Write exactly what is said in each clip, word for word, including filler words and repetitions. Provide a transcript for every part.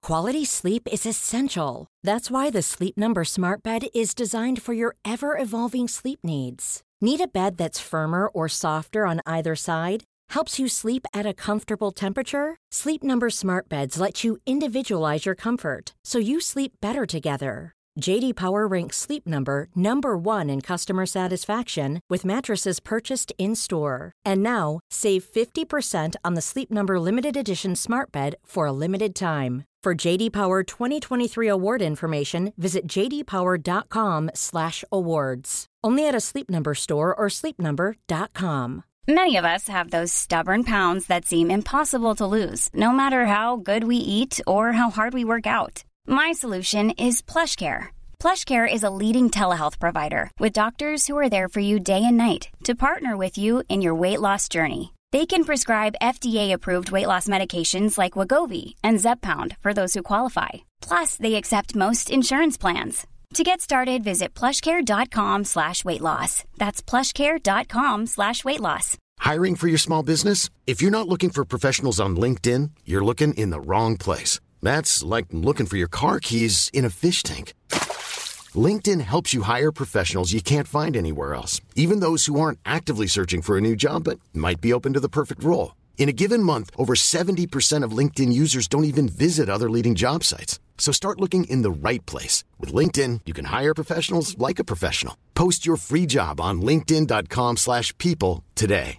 Quality sleep is essential. That's why the Sleep Number Smart Bed is designed for your ever-evolving sleep needs. Need a bed that's firmer or softer on either side? Helps you sleep at a comfortable temperature? Sleep Number Smart Beds let you individualize your comfort, so you sleep better together. J D Power ranks Sleep Number number one in customer satisfaction with mattresses purchased in-store. And now, save fifty percent on the Sleep Number Limited Edition Smart Bed for a limited time. For J D Power twenty twenty-three award information, visit j d power dot com slash awards. Only at a Sleep Number store or sleep number dot com. Many of us have those stubborn pounds that seem impossible to lose, no matter how good we eat or how hard we work out. My solution is PlushCare. PlushCare is a leading telehealth provider with doctors who are there for you day and night to partner with you in your weight loss journey. They can prescribe F D A-approved weight loss medications like Wegovy and Zepbound for those who qualify. Plus, they accept most insurance plans. To get started, visit plushcare.com slash weight loss. That's plushcare.com slash weight loss. Hiring for your small business? If you're not looking for professionals on LinkedIn, you're looking in the wrong place. That's like looking for your car keys in a fish tank. LinkedIn helps you hire professionals you can't find anywhere else, even those who aren't actively searching for a new job but might be open to the perfect role. In a given month, over seventy percent of LinkedIn users don't even visit other leading job sites. So start looking in the right place. With LinkedIn, you can hire professionals like a professional. Post your free job on linkedin dot com slash people today.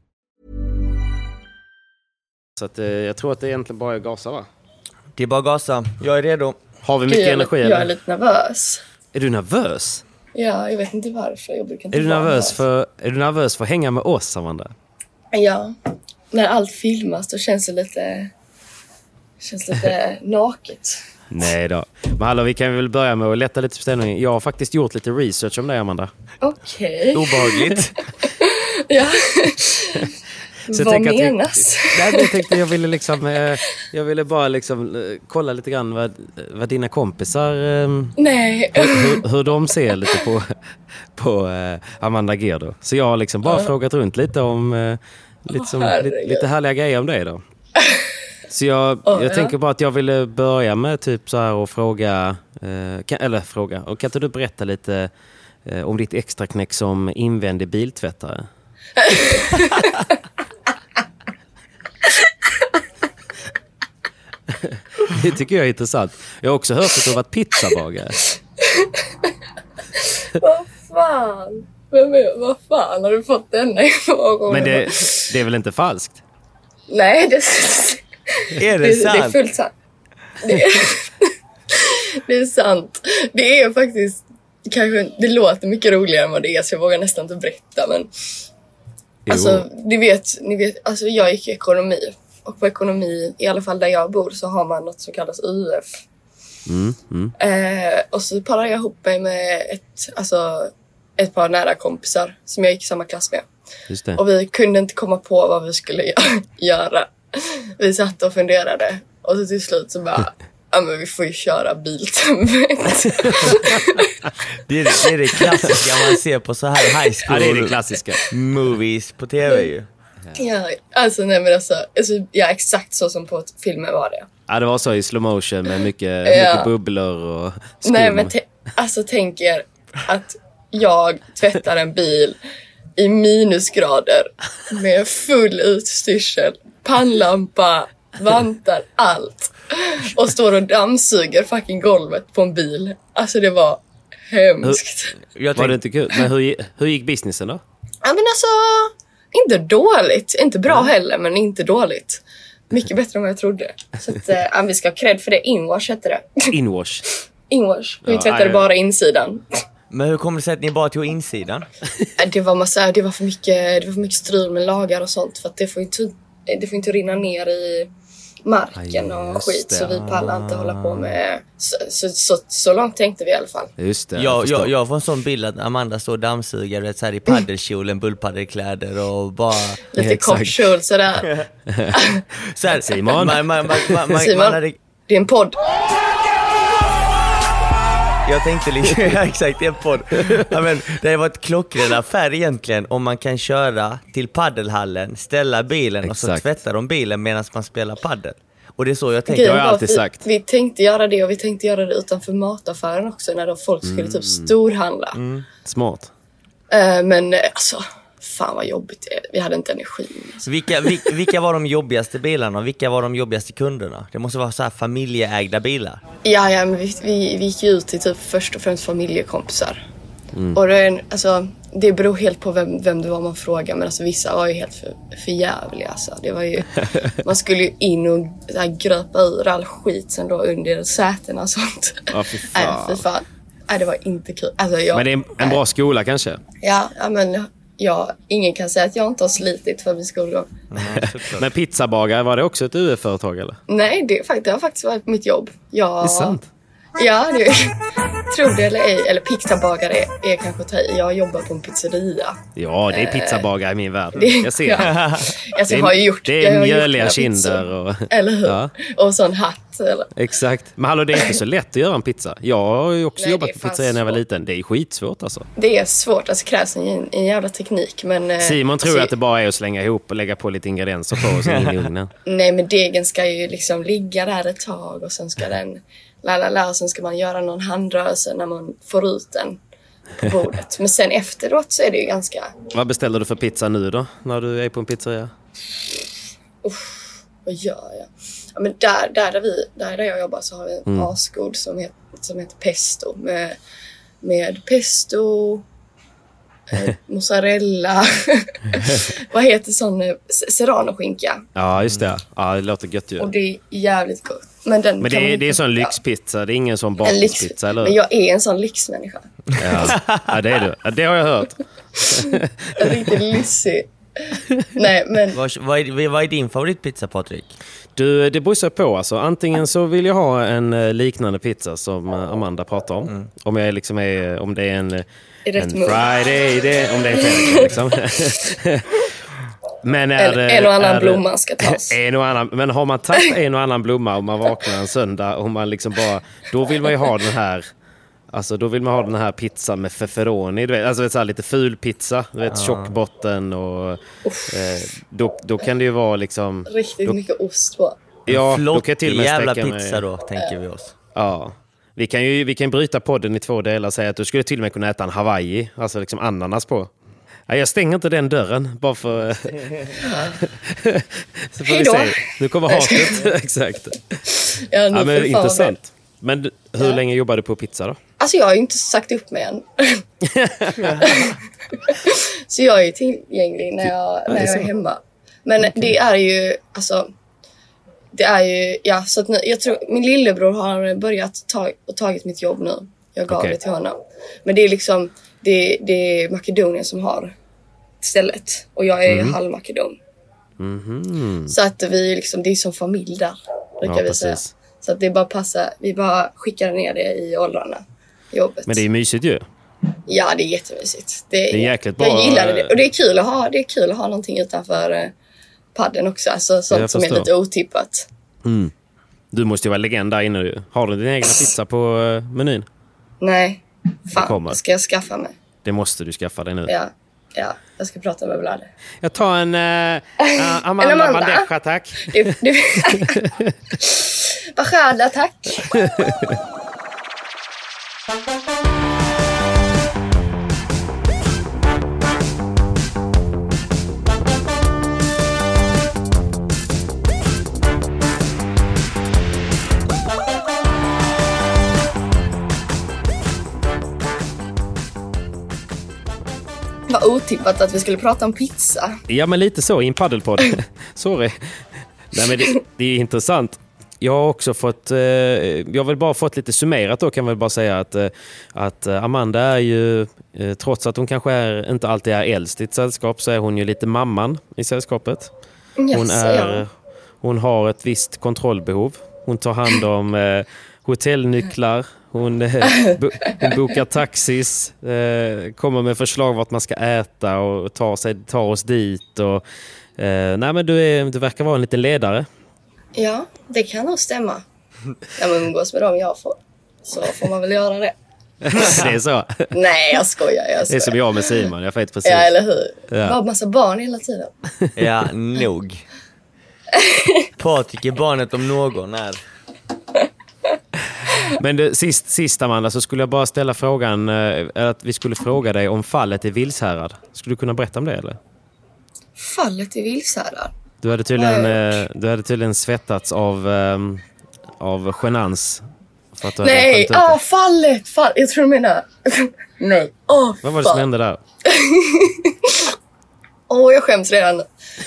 Så att, eh, jag tror att det egentligen bara är gasa, va? Det är bara gasa. Jag är redo. Har vi mycket jag, energi? Jag eller? är lite nervös. Är du nervös? Ja, jag vet inte varför. Jag brukar inte är, du vara nervös för, är du nervös för att hänga med oss, Amanda? Ja. När allt filmas då känns det lite, känns lite naket. Nej då. Men hallå, vi kan väl börja med att lätta lite på ställningen. Jag har faktiskt gjort lite research om dig, Amanda. Okej. Okay. Obehagligt. Ja. Så vad jag menas? Vi, nej, jag tänkte jag ville liksom eh, jag ville bara liksom eh, kolla lite grann vad, vad dina kompisar eh, nej. Hur, hur, hur de ser lite på på eh, Amanda Gerdo. Så jag har liksom bara uh. frågat runt lite om eh, lite, som, oh, lite, lite härliga grejer om dig då. Så jag, oh, jag ja. tänker bara att jag ville börja med typ så här och fråga eh, kan, eller fråga och kan inte du berätta lite eh, om ditt extra knäck som invändig biltvättare? Det tycker jag är intressant. Jag har också hört att du har varit pizzabagare. Vad fan? Vem är, vad fan har du fått denna information? Men det, det är väl inte falskt? Nej, det, är det, det sant? Det är fullt sant. Det är, det är sant. Det är faktiskt kanske, det låter mycket roligare än vad det är, så jag vågar nästan inte berätta, men jo. Alltså, ni vet, ni vet, alltså jag gick i ekonomi. Och på ekonomi, i alla fall där jag bor, så har man något som kallas U F. Mm, mm. Eh, och så parade jag ihop mig med ett, alltså, ett par nära kompisar som jag gick i samma klass med. Just det. Och vi kunde inte komma på vad vi skulle göra. Vi satt och funderade. Och så till slut så bara, ja men vi får ju köra biltvätt. det, är, det är det klassiska man ser på så här high school. Ja, det är det klassiska. Movies på tv ju. Ja, alltså nej men alltså, alltså ja, exakt så som på filmen var det. Ja, det var så i slow motion med mycket, ja. mycket bubblor och skum. Nej men te- alltså tänk er att jag tvättar en bil i minusgrader med full utstyrsel, pannlampa, vantar, allt. Och står och dammsuger fucking golvet på en bil. Alltså det var hemskt. Hur, jag var det inte kul? Men hur, hur gick businessen då? Ja men alltså, inte dåligt. Inte bra mm. heller, men inte dåligt. Mycket bättre än vad jag trodde. Så att, äh, vi ska ha cred för det. Inwash heter det. Inwash? Inwash. Vi ja, tvättade aj, bara insidan. Men hur kommer det sig att ni bara tog insidan? Det var massa, det var för mycket, det var för mycket strul med lagar och sånt. För att det får inte, det får inte rinna ner i marken och skit. Det. Så vi pallar inte hålla på med. Så, så, så, så långt tänkte vi i alla fall. Just det. Jag, jag, jag får en sån bild att Amanda står och dammsugar vet, så här, i paddelkjolen, bullpaddelkläder och bara... Lite kort kjol sådär. Så här, Simon. Man, man, man, man, man, Simon, man hade... det är en podd. Jag tänkte liksom, ja, exakt, det är en podd. Ja, men det har varit klockren affär egentligen om man kan köra till paddelhallen, ställa bilen exakt. Och så tvättar de bilen medan man spelar paddel. Och det är så jag tänker. Det har jag alltid vi, sagt. Vi tänkte göra det och vi tänkte göra det utanför mataffären också när då folk skulle Mm. typ storhandla. Mm. Smart. Uh, men alltså, fan vad jobbigt det är. Vi hade inte energi. Alltså. Vilka, vilka, vilka var de jobbigaste bilarna och vilka var de jobbigaste kunderna? Det måste vara så här familjeägda bilar. Ja, ja, men vi, vi, vi gick ju ut till typ först och främst familjekompisar. Mm. Och det, är en, alltså, det beror helt på vem, vem det var man frågar. Men alltså, vissa var ju helt för, för jävliga. Alltså. Det var ju, man skulle ju in och så här, gröpa ur all skit sen då under sätena och sånt. Ja, fy fan. Nej, fy fan. Nej, det var inte kul. Alltså, jag, Men det är en, en bra skola kanske? Ja, ja men ja, ingen kan säga att jag inte har slitit för min skolgång. Mm, Men pizzabagare, var det också ett U F-företag eller? Nej, det, det har faktiskt varit mitt jobb. Jag, Det är sant. Ja, det tror det eller ej. Eller pizzabagare är, är kanske att ta i. Jag jobbar på en pizzeria. Ja, det är pizzabagare i min värld. Det, Jag ser. ja. Alltså, Det är, jag har ju gjort, det jag är har gjort mjöliga några kinder. pizzor. Och, Eller hur? Ja, Och sån hatt. Eller? exakt. Men hallå, det är inte så lätt att göra en pizza. Jag har ju också Nej, jobbat det är på fan pizzeria när jag var svårt. liten. Det är skitsvårt alltså. Det är svårt. Alltså krävs en, en jävla teknik. Men, eh, Simon tror alltså, att det bara är att slänga ihop och lägga på lite ingredienser på och så in i ugnen. Nej, men degen ska ju liksom ligga där ett tag. Och sen ska den... La, la, la, och sen ska man göra någon handrörelse när man får ut den på bordet. Men sen efteråt så är det ju ganska... Vad beställer du för pizza nu då, när du är på en pizzeria? Uff, vad gör jag? Ja, men där, där, där, vi, där, där jag jobbar så har vi en Mm. asgod som heter, som heter pesto. Med, med pesto, eh, mozzarella, vad heter sån eh, serrano-skinka. Ja, just det. Ja, det låter gött ju. Och det är jävligt gott. Men, den Men kan det är, man- det är sån ja, lyxpizza, det är ingen sån en lyx, bakispizza, eller? men jag är en sån lyxmänniska. Ja. Ja, det är du. Ja, det har jag hört. En riktigt lyxig. Nej, men Vad, vad, är, vad är din favoritpizza, Patrik? Du, det beror på alltså. Antingen så vill jag ha en eh, liknande pizza som eh, Amanda pratar om. Mm. Om jag liksom är, om det är en, I rätt en mood. Friday, det, om det är en fredag liksom. Men är en, det, en och annan är det- blomma ska tas. En och annan, men har man tagit en och annan blomma och man vaknar en söndag och man liksom bara, då vill man ju ha den här, alltså då vill man ha den här pizzan med pepperoni, du vet, alltså så här lite ful pizza, du vet, ja. Tjock botten och eh, då, då kan det ju vara liksom, Riktigt då, mycket ost på. ja, då kan jag till Flottig och med jävla sträcka pizza mig, då, tänker vi oss. ja. Vi kan ju vi kan bryta podden i två delar och säga att du skulle till och med kunna äta en Hawaii, alltså liksom ananas på. Nej, jag stänger inte den dörren, bara för... så får vi Hejdå. se. Nu kommer hatet. Exakt. Ja, nu Ja, får men du fan intressant. Men du- hur Ja. länge jobbar du på pizza då? Alltså jag har ju inte sagt upp mig än. Så jag är ju tillgänglig när jag, när jag är hemma. Men det är ju, alltså, det är ju, ja, så att nu, jag tror, min lillebror har börjat ta, och tagit mitt jobb nu. Jag gav Okej. det till honom. Men det är liksom, det, det är Makedonien som har stället. Och jag är Mm. halvmakedon. Mhm. Så att vi liksom, det är som familj där, brukar Ja, vi säga. precis. Så att det bara passar, vi bara skickar ner det i åldrarna. Jobbet. Men det är mysigt ju. Ja, det är jättemysigt. Det är, Det är jäkligt bra. Jag gillar det. Och det är kul att ha, det är kul att ha någonting utanför eh, padden också. Alltså sånt Jag som är förstår. lite otippat. Du måste ju vara legend där inne ju. Har du din egna pizza på eh, menyn? Nej, fan, kommer. det ska jag skaffa mig. Det måste du skaffa dig nu. Ja, ja, jag ska prata med Vlade. Jag tar en uh, uh, Amanda, En Amanda. Bandeja, tack. Det, det... Bajada, tack. Vad otippat att vi skulle prata om pizza. Ja, men lite så i en paddelpodd. Sorry. Nej, men det, det är intressant. Jag har också fått, eh, jag har väl bara fått lite summerat då, kan jag väl bara säga att, eh, att Amanda är ju, eh, trots att hon kanske är, inte alltid är äldst i ett sällskap, så är hon ju lite mamman i sällskapet. Hon, Yes, är, ja. hon har ett visst kontrollbehov. Hon tar hand om eh, hotellnycklar. Hon, eh, bo, hon bokar taxis. Eh, kommer med förslag vart man ska äta och tar, sig, tar oss dit. Och, eh, nej, men du, är, du verkar vara en liten ledare. Ja, det kan nog stämma. När man umgås med dem jag får, så får man väl göra det. Det är så. Nej, jag skojar. Jag Det är skojar. som jag med Simon. Jag vet precis. Ja, eller hur? Ja. Bara massa barn hela tiden. Ja, nog. Patrik är barnet om någon är. Men det, sist, sist Amanda, så skulle jag bara ställa frågan, eh, att vi skulle fråga dig om fallet i Vilshärad. Skulle du kunna berätta om det eller? Fallet i Vilshärad? Du hade tydligen, eh, du hade tydligen svettats av, eh, av genans. För att du Nej, hade ah, fallet, fall. Jag tror du menar... Nej, oh, vad var det som hände där? Åh, oh, jag skäms redan. uh,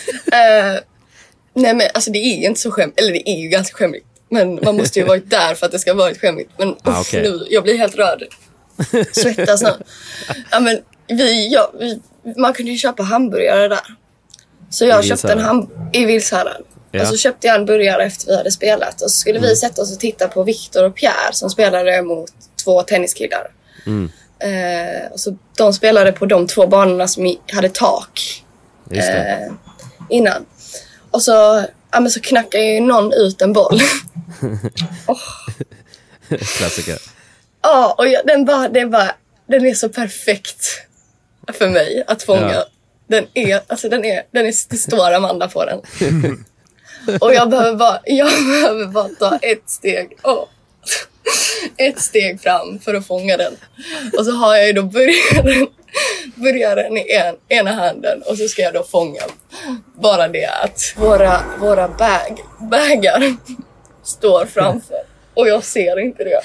nej men alltså det är ju inte så skämt. Eller det är ju ganska skämmigt. Men man måste ju varit där för att det ska vara ett skämmigt. Men ah, uff, okay. nu, jag blir helt röd. Svettas nu. Ja, men vi, ja, vi, man kunde ju köpa hamburgare där. Så jag köpte en ham- i Vilshärad. Ja. Och så köpte jag en burgare efter vi hade spelat. Och så skulle mm. vi sätta oss och titta på Viktor och Pierre som spelade mot två tenniskillar. Mm. Eh, och så de spelade på de två banorna som hade tak eh, innan. Och så, ja, men så knackade ju någon ut en boll. oh. Klassiker. Ja, och jag, den, bara, den, bara, den är så perfekt för mig att fånga. Ja. Den är, alltså den är, den är, det står Amanda på den. Och jag behöver bara, jag behöver bara ta ett steg. Oh. Ett steg fram för att fånga den. Och så har jag ju då burgaren, burgaren i en, ena handen. Och så ska jag då fånga. Bara det att våra, våra bag, bagar står framför. Och jag ser inte det.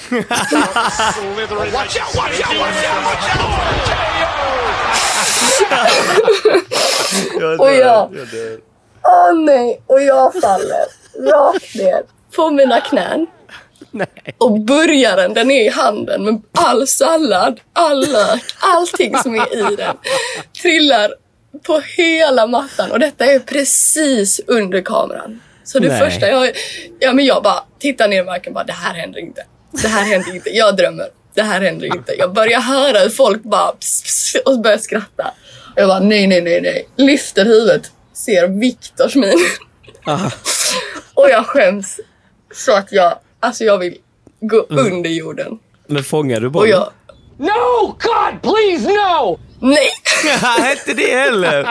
Och jag... Åh oh, nej. Och jag faller rakt ner på mina knän. Nej. Och burgaren, den är i handen med all sallad, all lök, allting som är i den trillar på hela mattan. Och detta är precis under kameran. Så det Nej. första jag... Ja, men jag bara tittar ner i marken och bara, det här händer inte. Det här händer inte. Jag drömmer. Det här händer inte. Jag börjar höra hur folk bara pss, pss, och börjar skratta. Och jag bara, nej, nej, nej, nej. Lyfter huvudet. Ser Viktors min. Och jag skäms så att jag... Alltså jag vill gå mm. under jorden. Men fångar du bollen? Jag... No, God, please, no! Nej! Inte det heller.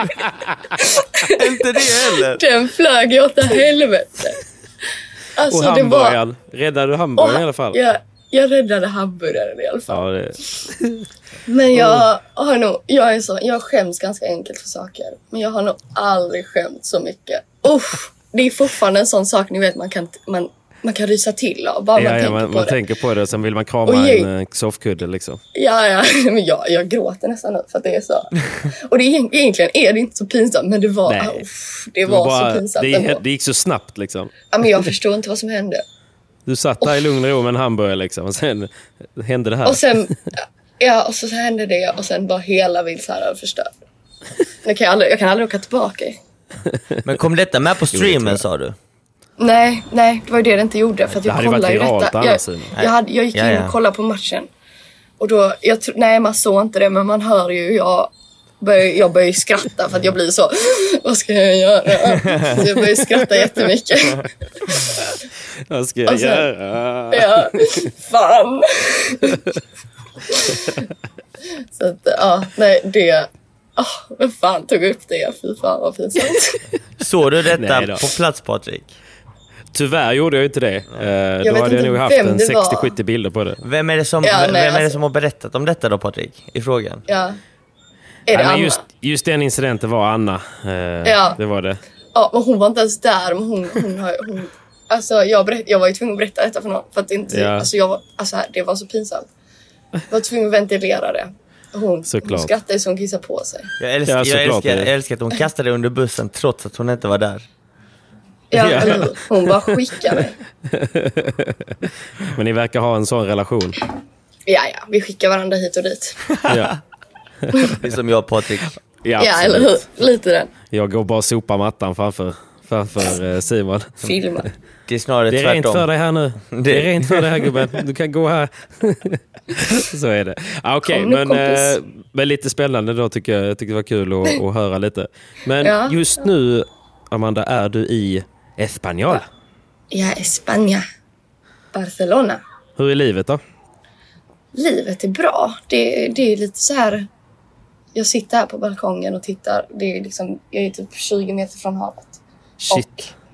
Inte det heller. Den flög jag åt helvete. Alltså, och hamburgaren. Var... Räddade du hamburgaren i alla fall? Jag, jag räddade hamburgaren i alla fall. Ja, det... Men jag har nog... Jag, är så, jag skäms ganska enkelt för saker. Men jag har nog aldrig skämt så mycket. Uff, det är fortfarande en sån sak, ni vet, man kan... Man, Man kan rysa till och bara ja, man, ja, tänker, man, på man det. tänker på det och sen vill man krama jag, en soffkudde liksom. Ja, ja. Men jag, jag gråter nästan nu för att det är så. Och det är, egentligen är det inte så pinsamt, men det var, oh, det det var, var bara, så pinsamt. Det, det gick så snabbt liksom. Ja, men jag förstår inte vad som hände. Du satt där oh. i lugn och ro med en hamburgare liksom och sen hände det här. Och sen, ja, och så hände det och sen bara hela Vilshärad förstörd. Jag kan aldrig, jag kan aldrig åka tillbaka. Men kom detta med på streamen, sa du? Nej, nej, det var ju det det inte gjorde. För att jag kollade ju detta. Jag, jag, hade, jag gick in ja, ja. och kollade på matchen. Och då, jag, nej man såg inte det, men man hör ju, jag börjar, jag börjar ju skratta för att jag blir så, vad ska jag göra? Så jag börjar skratta jättemycket. Vad ska jag sen, göra? Ja, fan. Så att, ja, nej, det... Oh, vem fan tog upp det? Fy fan vad pinsamt. Såg du detta på plats, Patrik? Tyvärr gjorde jag inte det. Uh, då hade jag nog haft en sextio sjuttio bilder på det. Vem är det som, ja, vem nej, är det alltså... som har berättat om detta då, Patrik? I frågan. Ja. Är det ja, Anna? Just, just den incidenten var Anna. Uh, ja. Det var det. Ja, men hon var inte ens där. Men hon, hon, har, hon, alltså, jag, berätt, jag var ju tvungen att berätta detta för någon. För att det, inte, ja. alltså, jag var, alltså, det var så pinsamt. Jag var tvungen att ventilera det. Hon, hon skrattade så hon kissade på sig. Jag älskar, ja, jag, älskar, jag älskar att hon kastade under bussen trots att hon inte var där. Ja, ja. Eller hon bara skickade mig. Men ni verkar ha en sån relation. Ja, ja. Vi skickar varandra hit och dit. Ja. Det är som jag och Patrik. Ja, ja, eller hur? Lite den. Jag går bara och sopar mattan framför, framför Simon. Filma. Det är snarare tvärtom. Det är rent för dig här nu. Det är rent för dig här, gubben. Du kan gå här. Så är det. Ah, Okej, okay, men, äh, men lite spännande då tycker jag. Jag tycker det var kul att, att höra lite. Men ja. Just nu, Amanda, är du i Espanyol. Ja, España. Barcelona. Hur är livet då? Livet är bra. Det, det är lite så här... Jag sitter här på balkongen och tittar. Det är liksom, jag är typ tjugo meter från havet. Shit. Och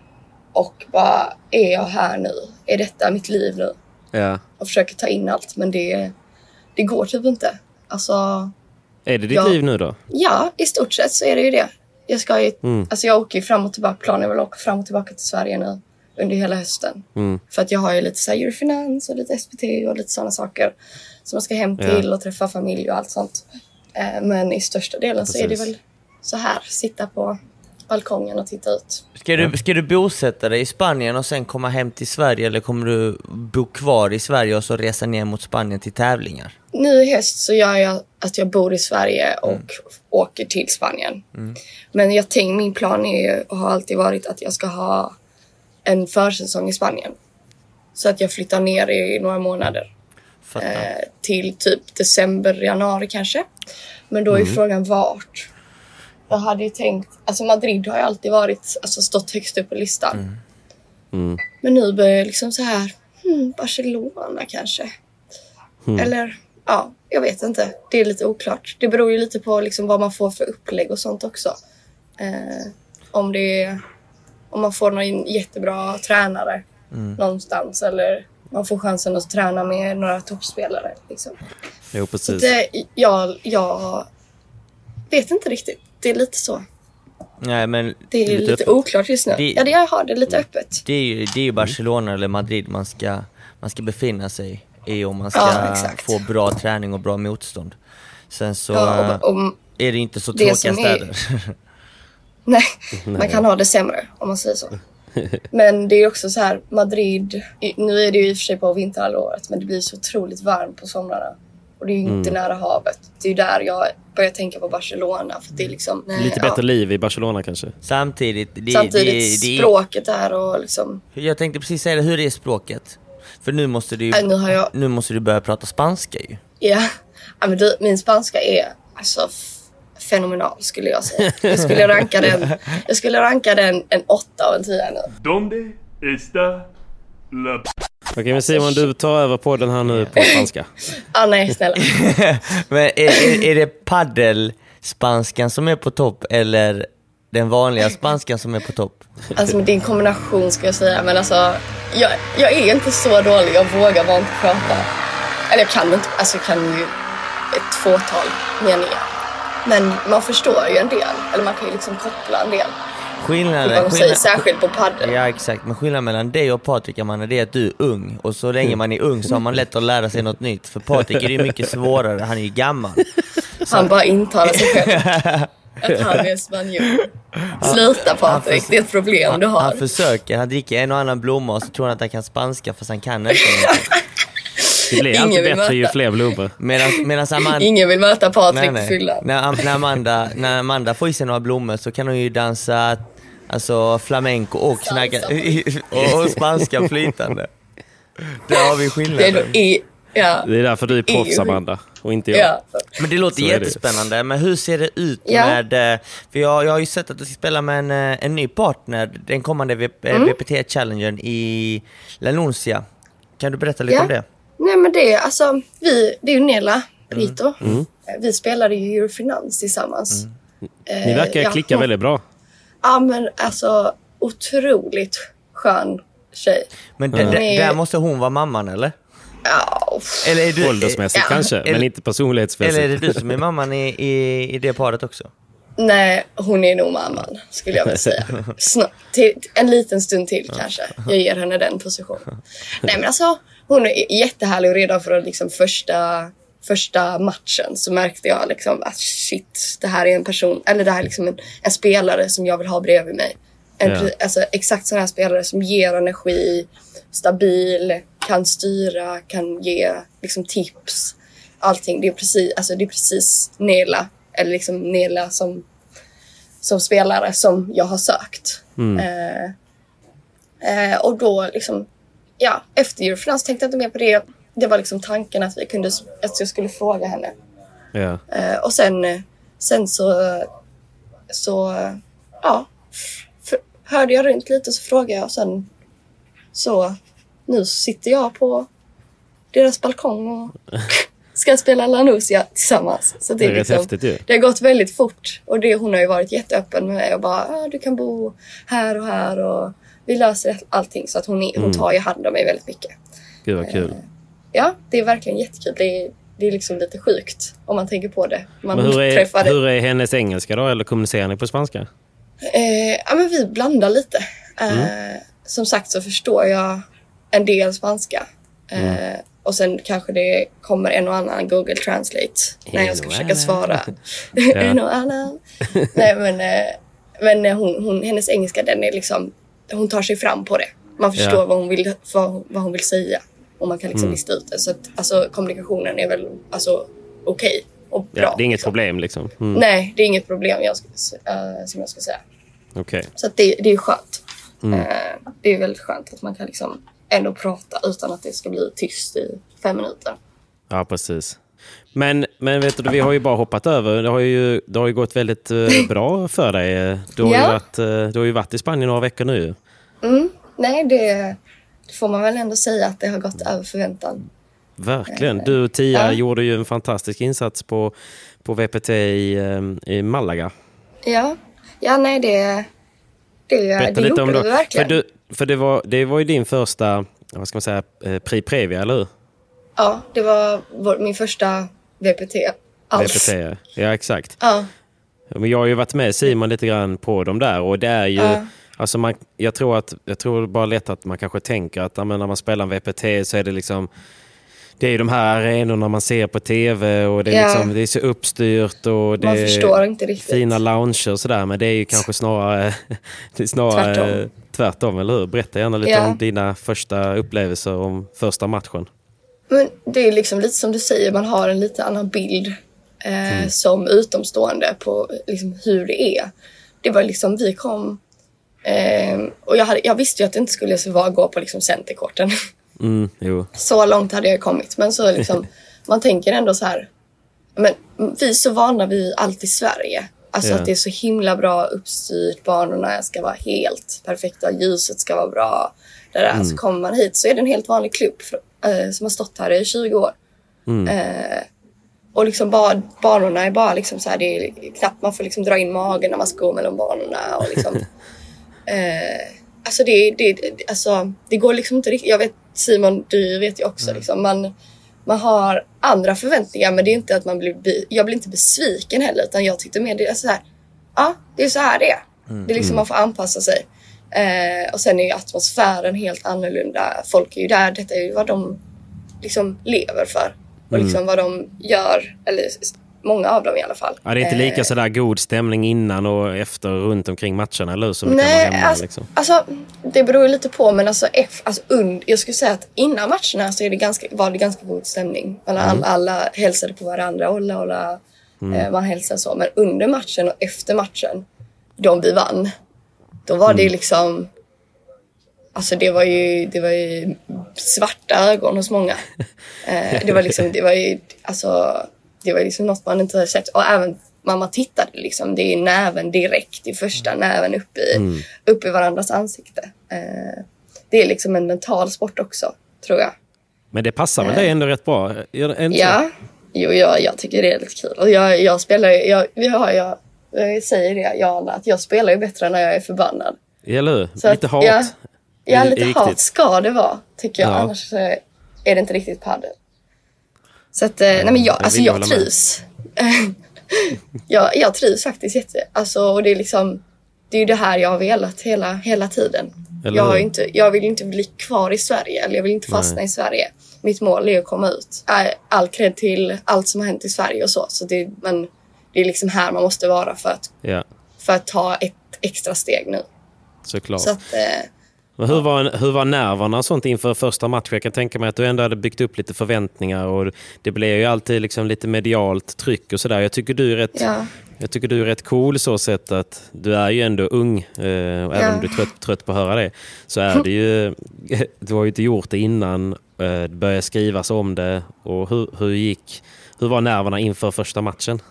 och bara, är jag här nu? Är detta mitt liv nu? Ja. Och försöker ta in allt, men det, det går typ inte. Alltså, är det ditt jag, liv nu då? Ja, i stort sett så är det ju det. Jag ska ju, mm. alltså jag åker ju fram och tillbaka, planen är väl att åka fram och tillbaka till Sverige nu under hela hösten. Mm. För att jag har ju lite så här Eurofinans och lite S P T och lite sådana saker som man ska hem till ja. och träffa familj och allt sånt. Eh, men i största delen Precis. så är det väl så här, sitta på balkongen och titta ut. Ska du, ska du bosätta dig i Spanien och sen komma hem till Sverige, eller kommer du bo kvar i Sverige och så resa ner mot Spanien till tävlingar? Nu i höst så gör jag att jag bor i Sverige och mm. åker till Spanien. Mm. Men jag tänker, min plan är ju, och har alltid varit att jag ska ha en försäsong i Spanien. Så att jag flyttar ner i några månader. Eh, till typ december, januari kanske. Men då är mm. frågan vart. Jag hade ju tänkt, alltså Madrid har ju alltid varit, alltså stått högst upp på listan. Mm. Mm. Men nu börjar jag liksom så här, hmm, Barcelona kanske. Mm. Eller, ja, jag vet inte. Det är lite oklart. Det beror ju lite på liksom vad man får för upplägg och sånt också. Eh, om det är, om man får någon jättebra tränare mm. någonstans, eller man får chansen att träna med några toppspelare. Liksom. Jo, precis. Det, jag, jag vet inte riktigt. Det är lite så. Nej, men det är lite, lite oklart just nu. Det, ja, det jag har det lite öppet. Det är ju, det är ju Barcelona eller Madrid man ska, man ska befinna sig i om man ska ja, få bra träning och bra motstånd. Sen så ja, och, och, är det inte så tråkiga städer. Är, nej, man kan ha det sämre om man säger så. Men det är också så här, Madrid, nu är det ju i och för sig på vinterhalvåret, men det blir så otroligt varmt på somrarna. Och det är ju inte mm. nära havet. Det är ju där jag börjar tänka på Barcelona. För det är liksom, nej, lite bättre ja. liv i Barcelona kanske. Samtidigt, det, Samtidigt det, det, språket där och liksom. Jag tänkte precis säga det, hur är språket? För nu måste du, äh, nu, har jag... nu måste du börja prata spanska ju. Ja, ja men du, min spanska är alltså f- fenomenal skulle jag säga. Jag skulle ranka den, jag skulle ranka den en åtta av en tio nu. Donde está la... Okej, men Simon, du tar över på den här nu på spanska. Ah, nej, snälla. Men är, är, är det paddelspanskan som är på topp eller den vanliga spanskan som är på topp? Alltså, men det är en kombination ska jag säga. Men alltså, jag, jag är inte så dålig. Jag vågar bara inte prata. Eller jag kan inte, alltså jag kan ju ett fåtal meningar. Men man förstår ju en del. Eller man kan ju liksom koppla en del. Skillnaden, vad de säger, särskilt på padel. Ja, exakt. Men skillnaden mellan dig och Patrik, Amanda, det är att du är ung. Och så länge man är ung så har man lätt att lära sig något nytt. För Patrik är det mycket svårare. Han är ju gammal. Så han bara intalar sig själv att han är spanjor. Sluta, Patrik, det är ett problem han, du har. Han försöker, han dricker en och annan blomma och så tror han att han kan spanska, fast han kan inte. Det blir alltid bättre möta. Ju fler blommor. Medan, medan Amanda, ingen vill möta Patrik på fyllan. När, när, Amanda, när Amanda får i sig några blommor så kan hon ju dansa, alltså flamenco och knacka och, och spanska flytande. Där har vi skillnaden. Det är, ja. Det är därför du är proffs, Amanda, och inte jag. Ja. Men det låter jättespännande. Det. Men hur ser det ut ja. med... För jag, jag har ju sett att du ska spela med en, en ny partner, den kommande v, mm. V P T-challengen i La Nuncia. Kan du berätta lite ja. om det? Nej, men det är alltså... Vi, det är ju Nela Rito. Mm. Mm. Vi spelade ju Eurofinans tillsammans. Mm. Ni verkar ja. klicka väldigt bra. Ja, men alltså otroligt skön tjej. Men mm. d- d- där måste hon vara mamman, eller? Ja. Eller är du, åldersmässigt ja. kanske, eller, men inte personlighetsmässigt. Eller är det du som är mamman i, i, i det paret också? Nej, hon är nog mamman, skulle jag vilja säga. Snart, till, en liten stund till kanske. Jag ger henne den positionen. Nej, men alltså, hon är jättehärlig, och redan från liksom första... första matchen så märkte jag liksom att shit, det här är en person, eller det här är liksom en, en spelare som jag vill ha bredvid mig. En, yeah. Alltså exakt sån här spelare som ger energi, stabil, kan styra, kan ge liksom tips, allting. Det är precis, alltså det är precis Nela, eller liksom Nela som, som spelare som jag har sökt. Mm. Eh, eh, och då liksom, ja, efter Eurofinans tänkte jag inte mer på det. Det var liksom tanken att vi kunde, att jag skulle fråga henne. Ja. Uh, och sen, sen så, så ja, f- hörde jag runt lite och så frågade jag. Och sen så, nu sitter jag på deras balkong och ska spela La Nuncia tillsammans. Så det, det är liksom, häftigt ju. Det har gått väldigt fort. Och det, hon har ju varit jätteöppen med mig och bara, ah, du kan bo här och här och vi löser allting. Så att hon, är, hon tar ju hand om mig väldigt mycket. Gud vad kul. Ja, det är verkligen jättekul. Det är, det är liksom lite sjukt om man tänker på det. Man men hur, är, träffade... hur är hennes engelska då? Eller kommunicerar ni på spanska? Eh, ja, men vi blandar lite. Eh, mm. Som sagt så förstår jag en del spanska. Eh, mm. Och sen kanske det kommer en och annan Google Translate när jag ska försöka svara. en och annan. Nej, men, eh, men hon, hon, hennes engelska, den är liksom, hon tar sig fram på det. Man förstår ja. vad, hon vill, vad, vad hon vill säga. Och man kan liksom mm. lista ut det. Så att, alltså, kommunikationen är väl alltså, okej okay och bra. Ja, det är inget liksom. problem liksom? Mm. Nej, det är inget problem jag ska, uh, som jag ska säga. Okay. Så att det, det är skönt. Mm. Uh, det är väldigt skönt att man kan liksom ändå prata utan att det ska bli tyst i fem minuter. Ja, precis. Men, men vet du, vi har ju bara hoppat över. Det har ju, det har ju gått väldigt uh, bra för dig. Du har, ja. ju varit, uh, du har ju varit i Spanien några veckor nu. Mm. Nej, det... Det får man väl ändå säga att det har gått över förväntan. Verkligen. Du och Tia ja. gjorde ju en fantastisk insats på, på V P T i, i Malaga. Ja, ja nej det, det, det gjorde om du verkligen. För, du, för det, var, det var ju din första, vad ska man säga, Prix Previa, eller hur? Ja, det var vår, min första V P T alls. V P T, ja exakt. Ja. Men jag har ju varit med Simon lite grann på dem där och det är ju... Ja. Alltså man, jag tror att jag tror bara lätt att man kanske tänker att när man spelar en V P T så är det liksom det är ju de här arenorna man ser på tv och det är, ja. liksom, det är så uppstyrt och det man förstår inte riktigt. Fina lounger och sådär, men det är ju kanske snarare, det är snarare tvärtom. tvärtom, eller hur? Berätta gärna lite ja. om dina första upplevelser om första matchen. Men det är liksom lite som du säger, man har en lite annan bild eh, mm. som utomstående på liksom hur det är. Det var liksom, vi kom Um, och jag, hade, jag visste ju att det inte skulle vara gå på liksom centerkorten. Mm, jo. Så långt hade jag kommit. Men så liksom, man tänker ändå så här. Men vi är så vana vid allt i Sverige. Alltså yeah. att det är så himla bra uppstyrt. Banorna ska vara helt perfekta. Ljuset ska vara bra. Det där. Mm. Så kommer man hit så är det en helt vanlig klubb för, uh, som har stått här i tjugo år. Mm. Uh, och liksom bara, banorna är bara liksom så här. Det är knappt man får liksom dra in magen när man ska gå mellan banorna. Och liksom... Eh, alltså, det, det, alltså det går liksom inte riktigt. Jag vet, Simon, du vet ju också mm. liksom, man, man har andra förväntningar, men det är inte att man blir jag blir inte besviken heller, utan jag tyckte mer det är så här. Ja, det är så här det är. Mm. Det är liksom man får anpassa sig. Eh, och sen är ju atmosfären helt annorlunda. Folk är ju där, detta är ju vad de liksom lever för och mm. liksom vad de gör, eller många av dem i alla fall. Ja, det är inte lika eh, sådär god stämning innan och efter runt omkring matcherna, eller som nej, det kan vara hemma, alltså, liksom. alltså, det beror ju lite på, men alltså, F, alltså und, jag skulle säga att innan matcherna så är det ganska, var det ganska god stämning. Alla, mm. alla, alla hälsade på varandra, hålla, hålla, mm. eh, man hälsade så. Men under matchen och efter matchen, de vi vann, då var mm. det liksom, alltså det var ju, det var ju svarta ögon hos många. eh, det var liksom, det var ju, alltså det var liksom något man inte hade sett. Och även mamma tittade liksom. Det är näven direkt i första näven upp i, mm. upp i varandras ansikte. Eh, det är liksom en mental sport också, tror jag. Men det passar väl eh. dig ändå rätt bra? Ja, jo, jag, jag tycker det är lite kul. Och jag, jag spelar jag, jag, jag, jag säger det, Jana, att jag spelar ju bättre när jag är förbannad. Eller hur? Så lite att, hat. Ja, ja lite är hat ska det vara, tycker jag. Ja. Annars är det inte riktigt paddel. Så att, nej men jag, alltså jag trivs. jag, jag trivs faktiskt jätte. Alltså, och det är liksom, det är ju det här jag har velat hela, hela tiden. Jag, har inte, jag vill inte bli kvar i Sverige, eller jag vill inte fastna nej. i Sverige. Mitt mål är att komma ut. All cred till allt som har hänt i Sverige och så. Så det, men det är liksom här man måste vara för att, ja. för att ta ett extra steg nu. Såklart. Så att, eh, Men hur, var, hur var nerverna och sånt inför första matchen? Jag kan tänka mig att du ändå hade byggt upp lite förväntningar och det blev ju alltid liksom lite medialt tryck och sådär. Jag tycker du är rätt, ja. jag tycker du är rätt cool så sätt att du är ju ändå ung eh, och även ja. om du är trött, trött på att höra det så är det ju, du har ju inte gjort det innan, eh, det började skrivas om det och hur, hur gick, hur var nerverna inför första matchen?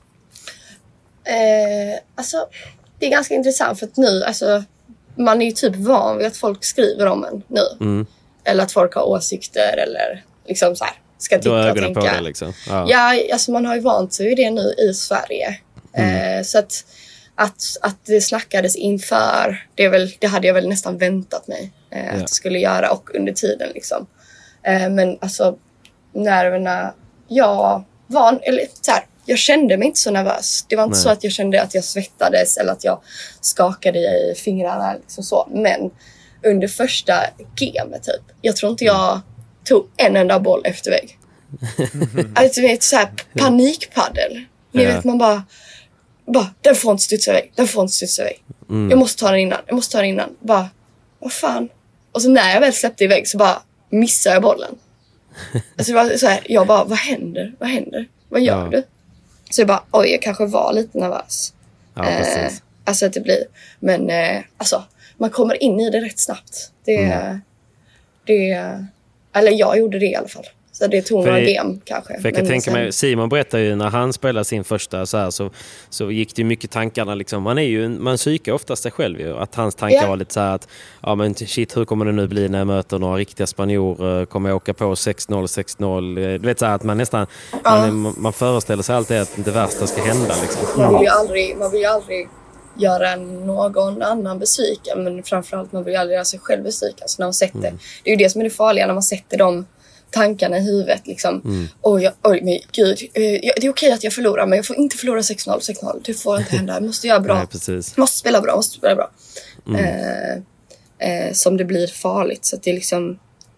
Eh, alltså, det är ganska intressant för att nu, alltså man är ju typ van vid att folk skriver om en nu. Mm. Eller att folk har åsikter eller liksom så här, ska tycka och tänka. På det, liksom. Ja. ja, alltså man har ju vant sig vid det nu i Sverige. Mm. Eh, så att att, att det snackades inför, det, är väl, det hade jag väl nästan väntat mig eh, ja. att det skulle göra och under tiden liksom. Eh, men alltså nerverna, jag var, eller så här, jag kände mig inte så nervös. Det var inte Nej. så att jag kände att jag svettades eller att jag skakade i fingrarna liksom så. Men under första gamet typ, jag tror inte jag tog en enda boll efter vägg. Alltså, vet, så här panikpaddel. Ni ja. vet, man bara, bara, den får inte studsa iväg, den får inte studsa iväg. Mm. Jag måste ta den innan, jag måste ta den innan. Bara, vad fan? Och så när jag väl släppte iväg så bara missade jag bollen. Alltså det var så här, jag bara, vad händer? Vad händer? Vad gör ja. du? Så jag bara, oj, jag kanske var lite nervös. Ja, precis. Eh, alltså att det blir, men eh, alltså, man kommer in i det rätt snabbt. Det, mm. det, eller jag gjorde det i alla fall. Så det tog några game kanske. För jag kan tänka sen... mig, Simon berättade ju när han spelade sin första så här, så, så gick det ju mycket tankarna liksom. Man är ju, man psykar oftast sig själv ju. Att hans tankar yeah. var lite så här att, ja men shit, hur kommer det nu bli när jag möter några riktiga spanjorer? Kommer jag åka på sex noll, sex noll? Du vet så här att man nästan, uh. man, man föreställer sig alltid att det värsta ska hända liksom. Man vill ju aldrig, man vill ju aldrig göra någon annan besviken, men framförallt man vill ju aldrig göra sig själv besviken. Så när man sätter, mm. det är ju det som är det farliga när man sätter dem tankarna i huvudet liksom. Mm. Oj, oj, men gud, det är okej att jag förlorar, men jag får inte förlora sex noll, sex noll. Det får inte hända. Jag måste göra bra. Nej, måste spela bra, måste spela bra. Mm. Eh, eh, som det blir farligt. Så att det är liksom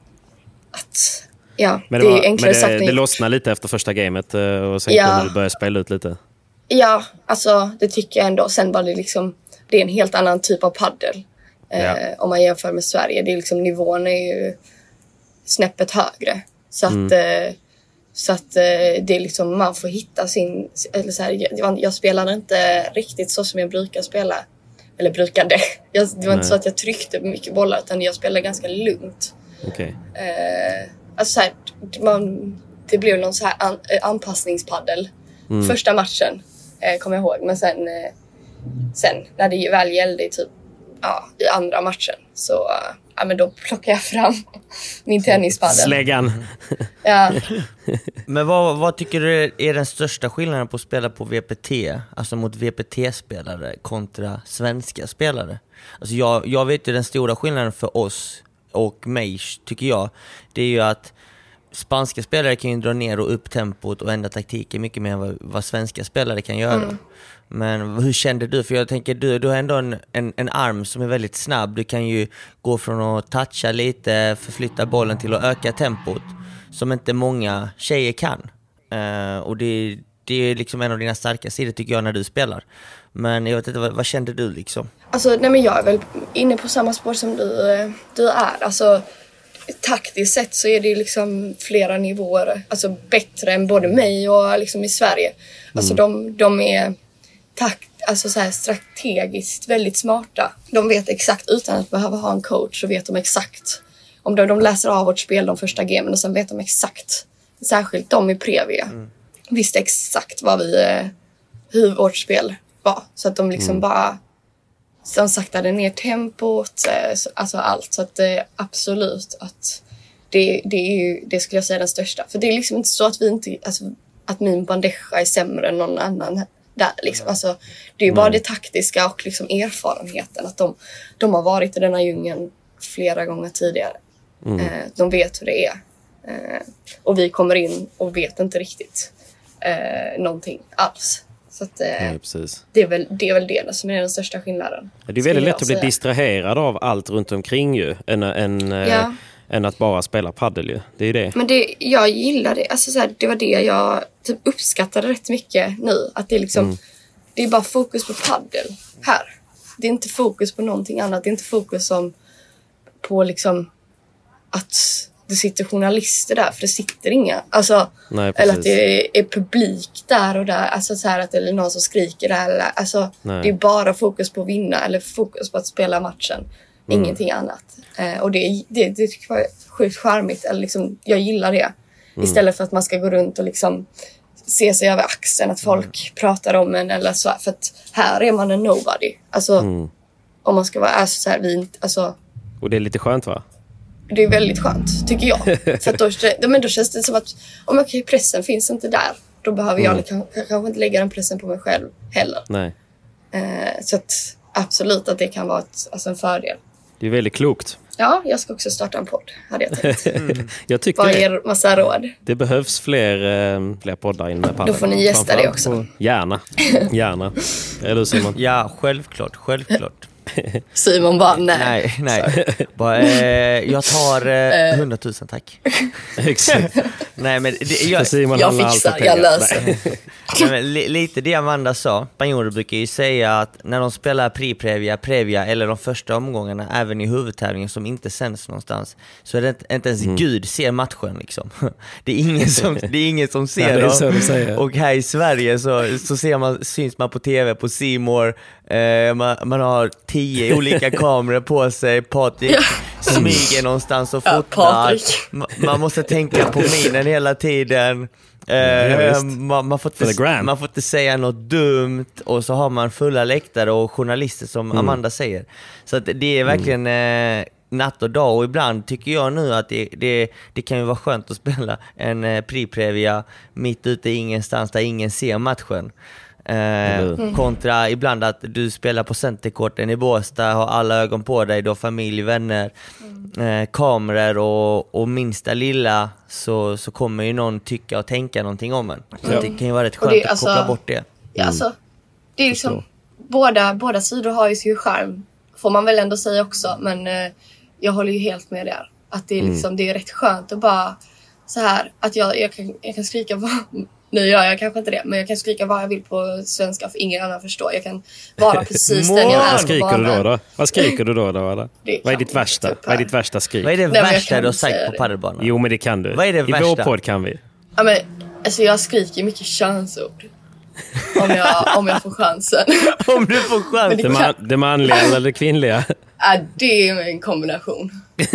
att, ja, men det, det var, är enklare men det, sagt. Det lossnade lite efter första gamet och sen ja. kunde du börja spela ut lite. Ja, alltså det tycker jag ändå. Sen var det liksom, det är en helt annan typ av paddel. Eh, ja. Om man jämför med Sverige. Det är liksom, nivån är ju snäppet högre. Så att, mm. eh, så att eh, det är liksom, man får hitta sin, eller så här, jag, jag spelade inte riktigt så som jag brukar spela. Eller brukade. Jag, det var Nej. inte så att jag tryckte mycket bollar, utan jag spelade ganska lugnt. Okay. Eh, alltså så här, man, det blev någon så här an, anpassningspaddel. Mm. Första matchen eh, kommer jag ihåg. Men sen, eh, sen när det väl gällde typ, ja, i andra matchen så uh, ja, men då plockar jag fram min tennispaddel. Släggan. Ja. Men vad, vad tycker du är den största skillnaden på att spela på V P T, alltså mot V P T-spelare kontra svenska spelare? Alltså jag, jag vet ju den stora skillnaden för oss och mig, tycker jag, det är ju att spanska spelare kan ju dra ner och upp tempot och ändra taktiken mycket mer än vad, vad svenska spelare kan göra. Mm. Men hur kände du? För jag tänker, du, du har ändå en, en, en arm som är väldigt snabb. Du kan ju gå från att toucha lite, förflytta bollen till att öka tempot, som inte många tjejer kan. Uh, och det, det är liksom en av dina starka sidor, tycker jag, när du spelar. Men jag vet inte, vad, vad kände du liksom? Alltså, nej men jag är väl inne på samma spår som du, du är. Alltså, taktiskt sett så är det liksom flera nivåer, alltså bättre än både mig och liksom i Sverige. Mm. Alltså de, de är takt, alltså så här strategiskt väldigt smarta. De vet exakt, utan att behöva ha en coach, så vet de exakt. Om de, de läser av vårt spel de första gamen, och sen vet de exakt, särskilt de i Previa, mm. visste exakt vad vi, hur vårt spel var. Så att de liksom mm. bara, de saktade ner tempot, alltså allt. Så att det absolut att det, det är ju, det skulle jag säga, den största. För det är liksom inte så att vi inte, alltså, att min bandeja är sämre än någon annan där liksom. Alltså, det är ju bara det taktiska och liksom erfarenheten, att de, de har varit i denna djungeln flera gånger tidigare. Mm. Eh, de vet hur det är. Eh, och vi kommer in och vet inte riktigt eh, någonting alls. Så att, eh, ja, precis. Det, är väl, det är väl det som är den största skillnaden. Det är väldigt lätt att bli distraherad av allt runt omkring ju, än, än, ja. äh, än att bara spela paddel ju. Det är det. Men det, jag gillar det. Alltså, så här, det var det jag typ uppskattade rätt mycket nu. Att det är liksom, mm. det är bara fokus på paddel här. Det är inte fokus på någonting annat. Det är inte fokus som på liksom att det sitter journalister där, för det sitter inga. Alltså, nej, eller att det är publik där och där. Alltså så här, att det är någon som skriker där. Eller, alltså, det är bara fokus på att vinna, eller fokus på att spela matchen. Mm. Ingenting annat. Eh, och det, det, det tycker jag är sjukt charmigt. Eller liksom, jag gillar det. Mm. Istället för att man ska gå runt och liksom se sig över axeln, att folk mm. pratar om en eller så. För att här är man en nobody. Alltså, mm. om man ska vara alltså, så här, vi, alltså, och det är lite skönt, va? Det är väldigt skönt, tycker jag. För att då, men då känns det som att om okay, pressen finns inte där, då behöver jag mm. kanske, kanske inte lägga den pressen på mig själv heller. Nej. Eh, så att absolut att det kan vara ett, alltså en fördel. Det är väldigt klokt. Ja, jag ska också starta en podd, hade jag tänkt. Mm. Jag tycker bara ger massa råd. Det behövs fler, eh, fler poddar in med padel. Då får ni gästa det också. På, gärna, gärna. Eller Simon? Ja, självklart, självklart. Simon bara, nej. Nej, nej. Bara, eh, jag tar eh, hundratusen, tack. Exakt. Nej, men det, jag, Simon jag fixar, jag löser. Nej, men, li, lite det Amanda sa. Spanjorer brukar ju säga att när de spelar Pri-Previa, Previa eller de första omgångarna, även i huvudtävlingen som inte sänds någonstans, så är det inte, inte ens mm. Gud ser matchen liksom. Det är ingen som, det är ingen som ser ja, dem. Och här i Sverige så, så ser man, syns man på tv, på C More. Eh, man, man har tio olika kameror på sig. Patrik ja. smyger någonstans och fotar. Ja, man, man måste tänka på minen hela tiden. Eh, ja, man, man, får inte, man får inte säga något dumt. Och så har man fulla läktare och journalister som mm. Amanda säger. Så att det är verkligen eh, natt och dag. Och ibland tycker jag nu att det, det, det kan ju vara skönt att spela en eh, Pri-Previa mitt ute i ingenstans där ingen ser matchen. Eh, mm. Kontra ibland att du spelar på centerkorten i Båstad, har alla ögon på dig, du har familj, vänner, mm. eh, kameror och, och minsta lilla så, så kommer ju någon tycka och tänka någonting om en. Så mm. det kan ju vara rätt skönt det, att alltså, koppla bort det. Mm. Ja, alltså, det är liksom båda, båda sidor har ju sin charm, får man väl ändå säga också, men eh, jag håller ju helt med där. Att det är liksom, mm. det är rätt skönt att bara så här, att jag, jag, kan, jag kan skrika vad nu gör jag kanske inte det, men jag kan skrika vad jag vill på svenska för ingen annan förstår. Jag kan vara precis den jag är. Vad skriker du då då? Vad skriker du då då? Eller? Vad är ditt värsta? Vad är ditt värsta skrik? Vad är det Nej, värsta du har sagt på padelbanan? Jo, men det kan du. Vad är det värsta? I vår podd kan vi. Ja, men alltså jag skriker mycket könsord. Om jag, om jag får chansen. Om du får chansen. Det, man, det manliga eller det kvinnliga? Ja, det är en kombination.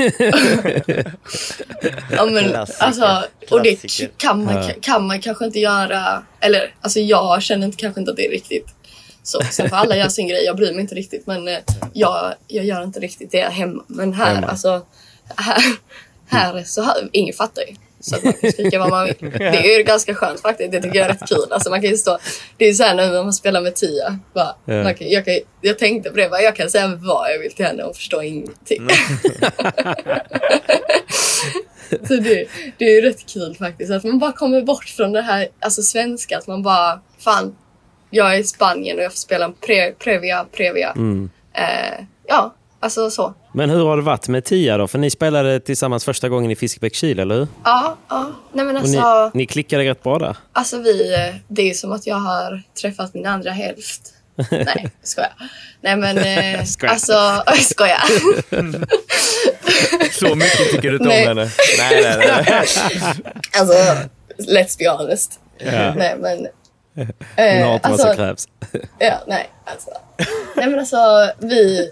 Ja, men, alltså, och det kan man, kan man kanske inte göra. Eller, alltså jag känner inte, kanske inte att det är riktigt så. Sen får alla göra sin grej, jag bryr mig inte riktigt. Men eh, jag, jag gör inte riktigt det hemma. Men här, hemma. alltså Här, här så här, ingen fattar ju. Så att man kan skrika vad man vill. Det är ju ganska skönt faktiskt. Det tycker jag är rätt kul. Alltså man kan ju stå. Det är ju så här när man spelar med Tia. Bara, yeah. man kan, jag, kan, jag tänkte på det. Bara, jag kan säga vad jag vill till henne och förstå ingenting. Mm. Så det, det är ju rätt kul faktiskt. Att man bara kommer bort från det här. Alltså svenska. Att man bara, fan. Jag är i Spanien och jag får spela en pre, Previa, Previa. Mm. Eh, ja. Alltså så. Men hur har det varit med Tia då? För ni spelade tillsammans första gången i Fiskebäckskil, eller hur? Ja, ja. Nej, men alltså, ni, ni klickade rätt bra där. Alltså vi, det är som att jag har träffat min andra hälft. Nej, skojar. Nej men, eh, skojar. alltså, skojar. Så mycket tycker du inte om henne? Nej, nej, nej. Alltså, let's be honest. Ja. Nej men. Eh, Något alltså, vad som krävs. Ja, nej, alltså. Nej men alltså, vi...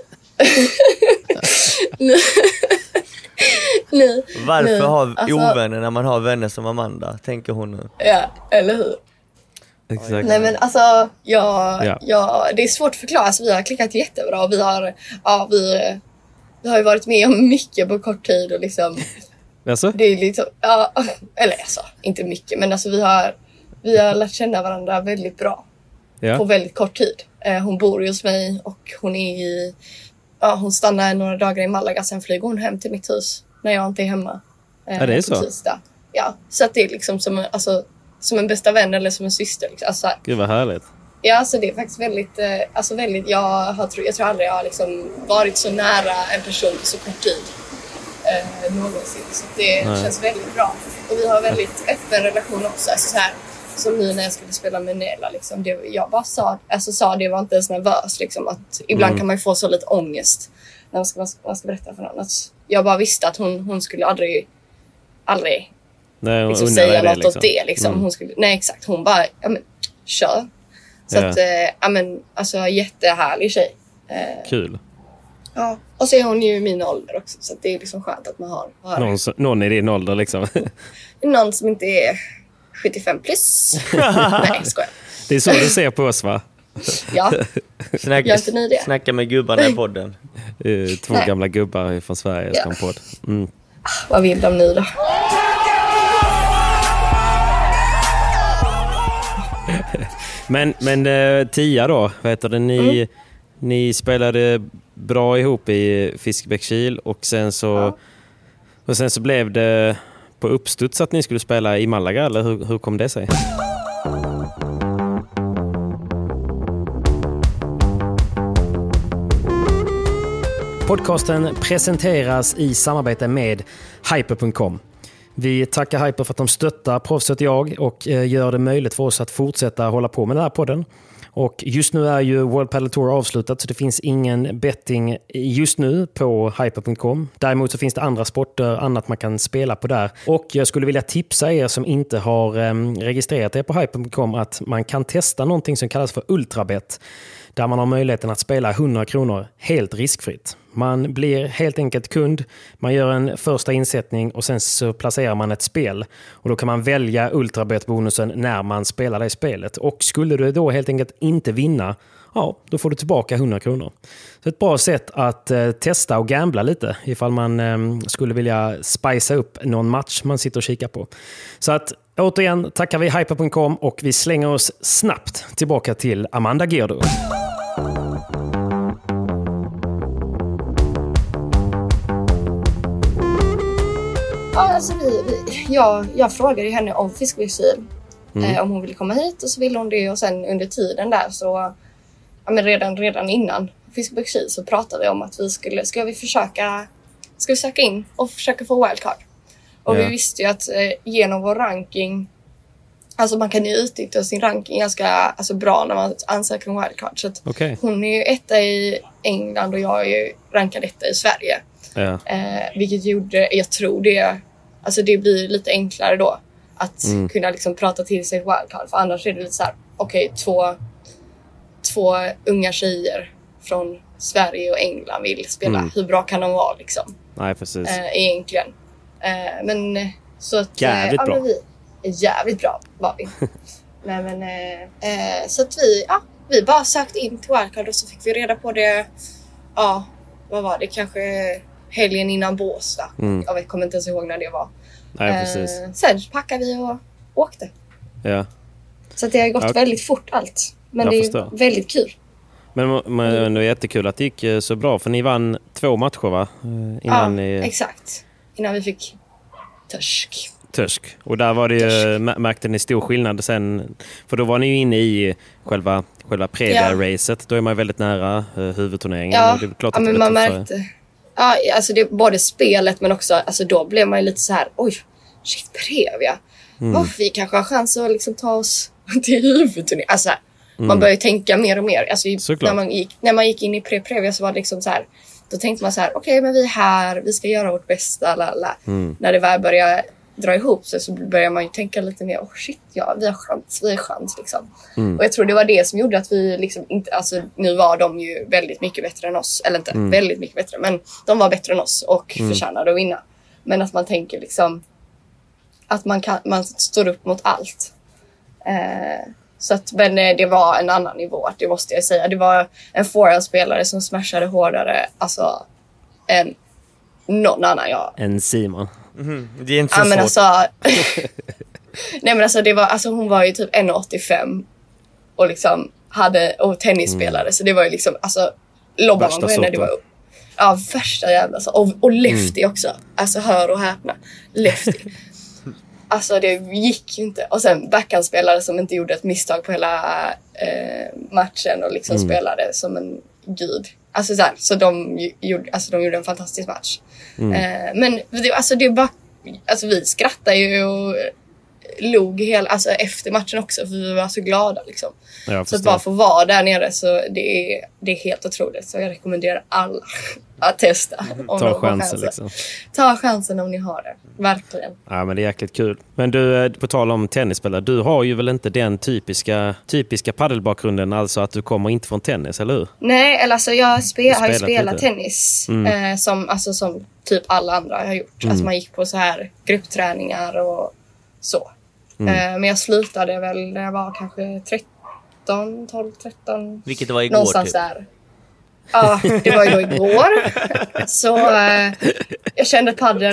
nu, nu, Varför nu, ha alltså, ovänner när man har vänner som Amanda, tänker hon nu. Ja, eller hur? Exakt. Nej men alltså, ja, ja. Ja, det är svårt att förklara. Alltså, vi har klickat jättebra och vi har, ja, vi, vi har ju varit med om mycket på kort tid och liksom. Alltså? Det är liksom, ja, eller alltså, inte mycket, men alltså vi har, vi har lärt känna varandra väldigt bra. Ja. På väldigt kort tid. Eh, hon bor hos mig och hon är i, ja, hon stannar några dagar i Malaga, sen flyger hon hem till mitt hus när jag inte är hemma. Eh, ja, det är så? Tisdag. Ja, så att det är liksom som, alltså, som en bästa vän eller som en syster. Liksom. Alltså, gud vad härligt. Ja, alltså det är faktiskt väldigt, eh, alltså väldigt, jag, har, jag tror aldrig jag har liksom varit så nära en person på så kort tid. Eh, någonsin. Så det Nej. känns väldigt bra. Och vi har väldigt öppen relation också. Alltså så här, som nu när jag skulle spela med Nela liksom, det, jag bara sa, alltså sa det var inte ens nervös liksom, att ibland mm. kan man ju få så lite ångest när man ska, man ska, man ska berätta för någon att jag bara visste att hon, hon skulle aldrig aldrig nej, liksom, säga något liksom. åt det liksom. Mm. Hon skulle, nej exakt, hon bara ja men kör så ja. att, eh, ja men alltså jättehärlig tjej. Eh, kul. Ja, och så är hon ju i min ålder också, så att det är liksom skönt att man har, har någon, någon i din ålder liksom. Någon som inte är sjuttiofem plus. Nej, skojar. Det är så du ser på oss, va? Ja. Snacka, gör inte ni det? Snacka med gubbarna i podden. Två Nej. gamla gubbar från Sverige ja. som podd. Mm. Vad vill de nu då? Men, men eh, Tia då, vad heter det? Ni, mm. ni spelade bra ihop i Fiskebäckskil och sen så, ja. och sen så blev det på uppstuds att ni skulle spela i Malaga, eller hur, hur kom det sig? Podcasten presenteras i samarbete med Hyper punkt com. Vi tackar Hyper för att de stöttar Proffset jag och gör det möjligt för oss att fortsätta hålla på med den här podden. Och just nu är ju World Padel Tour avslutat, så det finns ingen betting just nu på Hyper punkt com. Däremot så finns det andra sporter, annat man kan spela på där. Och jag skulle vilja tipsa er som inte har um, registrerat er på Hyper punkt com att man kan testa någonting som kallas för Ultrabet. Där man har möjligheten att spela hundra kronor helt riskfritt. Man blir helt enkelt kund, man gör en första insättning och sen så placerar man ett spel. Och då kan man välja Ultrabet-bonusen när man spelar det spelet. Och skulle du då helt enkelt inte vinna, ja, då får du tillbaka hundra kronor. Så ett bra sätt att eh, testa och gambla lite ifall man eh, skulle vilja spicea upp någon match man sitter och kikar på. Så att återigen tackar vi Hyper punkt com och vi slänger oss snabbt tillbaka till Amanda Girdo. Ja, alltså vi, vi, jag, jag frågade henne om Fiskebäckskil, mm. eh, om hon ville komma hit, och så ville hon det. Och sen under tiden där så, ja, men redan, redan innan Fiskebäckskil så pratade vi om att vi skulle, ska vi försöka, ska vi söka in och försöka få wildcard. Och yeah. vi visste ju att eh, genom vår ranking, alltså man kan ju utnyttja sin ranking ganska alltså, bra när man ansöker om wildcard. Så att okay. hon är ju etta i England och jag är ju rankad etta i Sverige. Yeah. Eh, vilket gjorde, jag tror det, alltså det blir lite enklare då att mm. kunna liksom prata till sig wildcard. För annars är det lite så här, okej, okay, två, två unga tjejer från Sverige och England vill spela. Mm. Hur bra kan de vara liksom? Nej, precis. Eh, egentligen. Eh, men så att... Jävligt eh, bra. Ja, vi, jävligt bra var vi. Nej, men, eh, eh, så att vi, ja, vi bara sökte in till wildcard och så fick vi reda på det, ja, vad var det? Kanske helgen innan Båstad. Mm. Jag kommer inte ens ihåg när det var. Nej, precis. Eh, sen packade vi och åkte. Ja. Så att det har gått ja. väldigt fort allt. Men jag det är förstår. väldigt kul. Men, men det är jättekul att det gick så bra. För ni vann två matcher, va? Innan ja, ni... exakt. Innan vi fick törsk. Törsk. Och där var det ju, märkte ni stor skillnad sen. För då var ni ju inne i själva, själva Previa-racet. Ja. Då är man ju väldigt nära uh, huvudturneringen. Ja, det är klart ja att men det man tuffare. märkte... Ja, alltså det både spelet men också, alltså då blev man ju lite så här, oj, shit, Previa. Mm. Oh, vi kanske har chans att liksom ta oss till huvudturneringen. Alltså mm. man börjar ju tänka mer och mer. Alltså när man, gick, när man gick in i pre-Previa så var det liksom så här, då tänkte man så här, okej, okay, men vi är här, vi ska göra vårt bästa, lala. Mm. När det väl börjar dra ihop sig så börjar man ju tänka lite mer, oh shit, ja, vi har chans, vi har chans liksom. Mm. Och jag tror det var det som gjorde att vi liksom inte, alltså nu var de ju väldigt mycket bättre än oss, eller inte mm. väldigt mycket bättre, men de var bättre än oss och mm. förtjänade att vinna. Men att man tänker liksom att man kan, man står upp mot allt. Eh, så att, men det var en annan nivå, det måste jag säga. Det var en forehand-spelare som smashade hårdare, alltså än någon annan jag. En Simon. Mm, det är inte så ja, men svårt. Alltså, nej men alltså, det var, alltså hon var ju typ en komma åttiofem och liksom hade, och tennisspelare, mm. så det var ju liksom, alltså lobbar man på henne, det var ja, värsta jävla så. Och, och lefty mm. också, alltså hör och häpna, lefty. Alltså det gick ju inte. Och sen backhandspelare som inte gjorde ett misstag på hela eh, matchen och liksom mm. spelade som en gud. Alltså så, här, så de, gjorde, alltså de gjorde en fantastisk match. Mm. Eh, men det, alltså det bara, alltså vi skrattade ju och log hela, alltså efter matchen också, för vi var så glada liksom. Så att bara få vara där nere, så det är, det är helt otroligt. Så jag rekommenderar alla att testa. Om Ta chansen liksom. Ta chansen om ni har det, verkligen. Ja, men det är jäkligt kul. Men du, på tal om tennisspelare, du har ju väl inte den typiska typiska paddelbakgrunden, alltså att du kommer inte från tennis, eller hur? Nej, eller alltså jag spe, har ju spelat lite. tennis mm. eh, som, alltså, som typ alla andra har gjort. Mm. Alltså man gick på så här gruppträningar och så. Mm. Eh, men jag slutade väl när jag var kanske tretton, tolv, tretton. Vilket det var igår någonstans typ. Där. Ja, det var ju då igår. Så eh, jag kände paddel.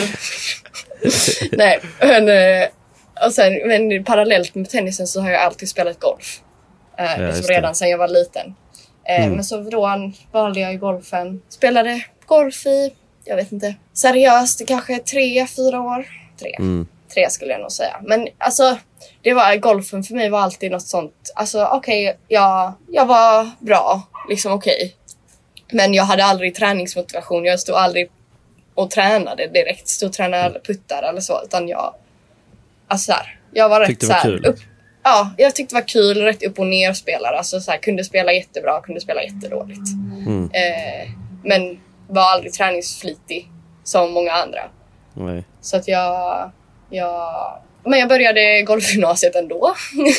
Nej, men, eh, och sen, men parallellt med tennisen så har jag alltid spelat golf. Eh, ja, liksom redan sedan jag var liten. Eh, mm. Men så då valde jag ju golfen. Spelade golf i, jag vet inte, seriöst kanske tre, fyra år. Tre. Mm. Tre skulle jag nog säga. Men alltså, det var, golfen för mig var alltid något sånt. Alltså okej, okay, jag, jag var bra. Liksom okej. Okay. Men jag hade aldrig träningsmotivation. Jag stod aldrig och tränade direkt. Stod och tränade puttar eller så. Utan jag, alltså här, jag var rätt så här, upp, ja, jag tyckte det var kul. Rätt upp och ner spelare. Alltså så här, kunde spela jättebra, kunde spela jättedåligt. Mm. Eh, men var aldrig träningsflitig som många andra. Nej. Så att jag... Jag, men jag började golfgymnasiet ändå.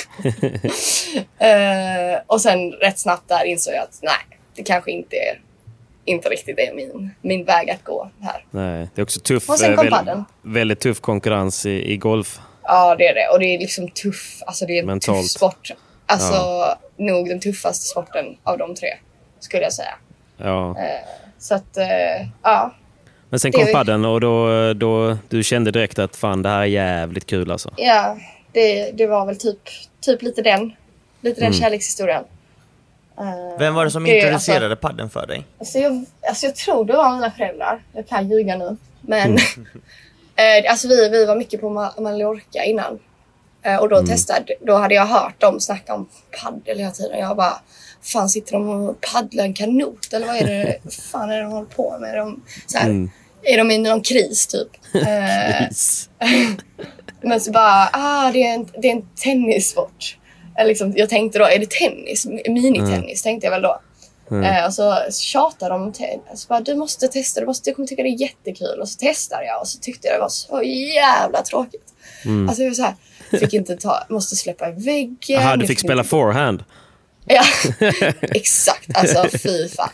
uh, och sen rätt snabbt där insåg jag att nej, det kanske inte är inte riktigt är min, min väg att gå här. Nej, det är också tuff, väldigt, väldigt tuff konkurrens i, i golf. Ja, det är det. Och det är liksom tuff, alltså det är en mentalt. Tuff sport. Alltså ja. Nog den tuffaste sporten av de tre, skulle jag säga. Ja. Uh, så att, uh, ja. Men sen kom padden och då, då du kände direkt att fan, det här är jävligt kul alltså. Ja, det, det var väl typ, typ lite den. Lite den mm. kärlekshistorien. Uh, Vem var det som det, introducerade alltså, padden för dig? Alltså jag, alltså jag tror det var mina föräldrar. Jag kan ljuga nu. Men mm. uh, alltså vi, vi var mycket på Mallorca innan. Uh, och då mm. testade, då hade jag hört dem snacka om paddel hela tiden. Jag bara, fan sitter de och paddlar en kanot? Eller vad är det, fan är det de håller på med? De, så här, mm. Är de i någon kris typ? Kris. Men så bara, ah det är en, det är en tennissport. Liksom, jag tänkte då, är det tennis? Minitennis mm. tänkte jag väl då. Mm. Eh, och så tjatar de om tennis. Så bara, du måste testa, du, måste, du kommer tycka det är jättekul. Och så testar jag och så tyckte jag det var så jävla tråkigt. Mm. Alltså jag var så här, fick inte ta, måste släppa i väggen. Aha, du fick spela inte... forehand. Ja, exakt. Alltså fy fan.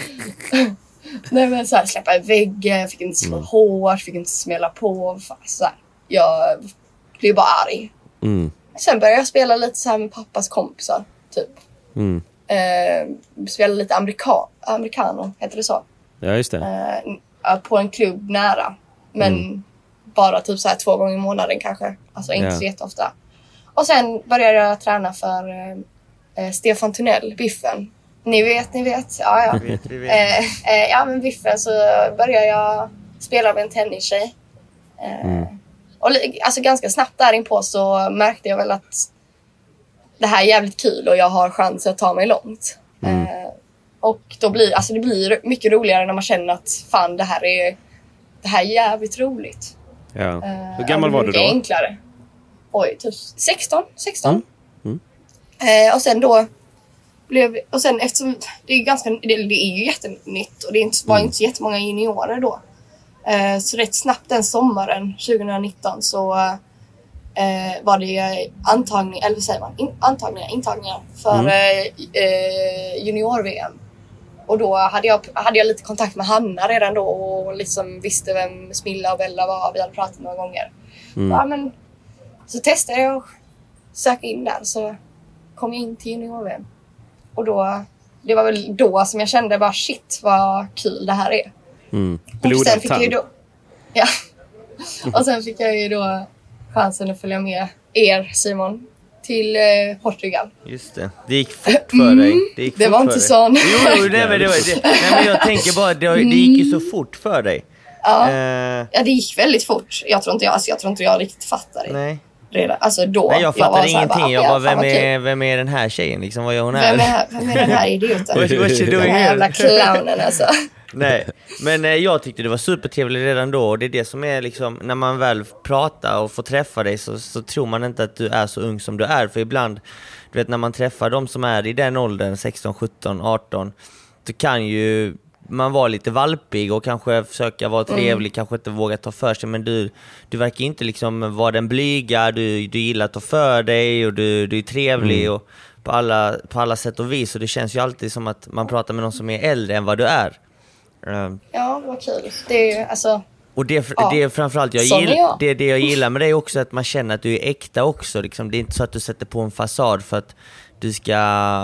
Nej men så här, släppa i väggen, fick inte slå mm. hårt, fick inte smälla på. Så här. Jag blev bara arg. Mm. Sen började jag spela lite så här med pappas kompisar, typ. Mm. Eh, spela lite amerika- americano, heter det så? Ja, just det. Eh, på en klubb nära. Men mm. bara typ så här två gånger i månaden kanske. Alltså inte ja. så jätteofta. Och sen började jag träna för eh, Stefan Tunnell, Biffen. Ni vet, ni vet. Ja, ja. Vi vet, vi vet. Eh, eh, ja, men Biffen så började jag spela med en tennistjej. Eh, mm. Och alltså ganska snabbt där inpå så märkte jag väl att det här är jävligt kul och jag har chans att ta mig långt. Mm. Eh, och då blir, alltså det blir mycket roligare när man känner att fan, det här är, det här är jävligt roligt. Ja. Eh, Hur gammal var du då? Enklare. Oj, typ sexton. sexton. Mm. Mm. Eh, och sen då blev, och sen eftersom det är ganska, det, det är ju jättenytt och det inte, var mm. inte så jättemånga juniorer då. Eh, så rätt snabbt den sommaren tjugonitton så eh, var det antagning, eller vad säger man, In, antagningar, intagningar för mm. eh, junior-V M. Och då hade jag, hade jag lite kontakt med Hanna redan då och liksom visste vem Smilla och Bella var. Vi hade pratat några gånger. Mm. Ja, men, så testade jag att söka in där, så kom jag in till junior-V M. Och då, det var väl då som jag kände bara shit vad kul det här är. Mm. Och sen fick jag ju då, ja. Och sen fick jag ju då chansen att följa med er, Simon, till eh, Portugal. Just det. Det gick fort för mm. dig. Det, gick det fort var inte sån. Jo, nej, men det var det. Nej, men jag tänker bara det, det gick ju så fort för dig. Ja. Uh. Ja, det gick väldigt fort. Jag tror inte jag, alltså, jag tror inte jag riktigt fattar det. Nej. Redan. Alltså då. Nej, jag fattar jag ingenting. Bara, jag bara, vem är, vem är den här tjejen liksom? Vad gör hon här? Vem är, vem är den här idioten? What you doing den här jävla clownen alltså. Nej, men eh, jag tyckte det var supertrevligt redan då. Och det är det som är liksom, när man väl pratar och får träffa dig så, så tror man inte att du är så ung som du är. För ibland, du vet när man träffar de som är i den åldern, sexton, sjutton, arton, så kan ju man vara lite valpig och kanske försöka vara trevlig, mm. kanske inte våga ta för sig. Men du, du verkar inte liksom vara den blyga, du, du gillar att ta för dig och du, du är trevlig mm. och på alla, på alla sätt och vis. Och det känns ju alltid som att man pratar med någon som är äldre än vad du är. Um, ja, vad kul. Det är ju, alltså... Och det, ja. det är framförallt jag gillar, jag. Det, det jag gillar med dig också, att man känner att du är äkta också. Liksom, det är inte så att du sätter på en fasad för att du ska...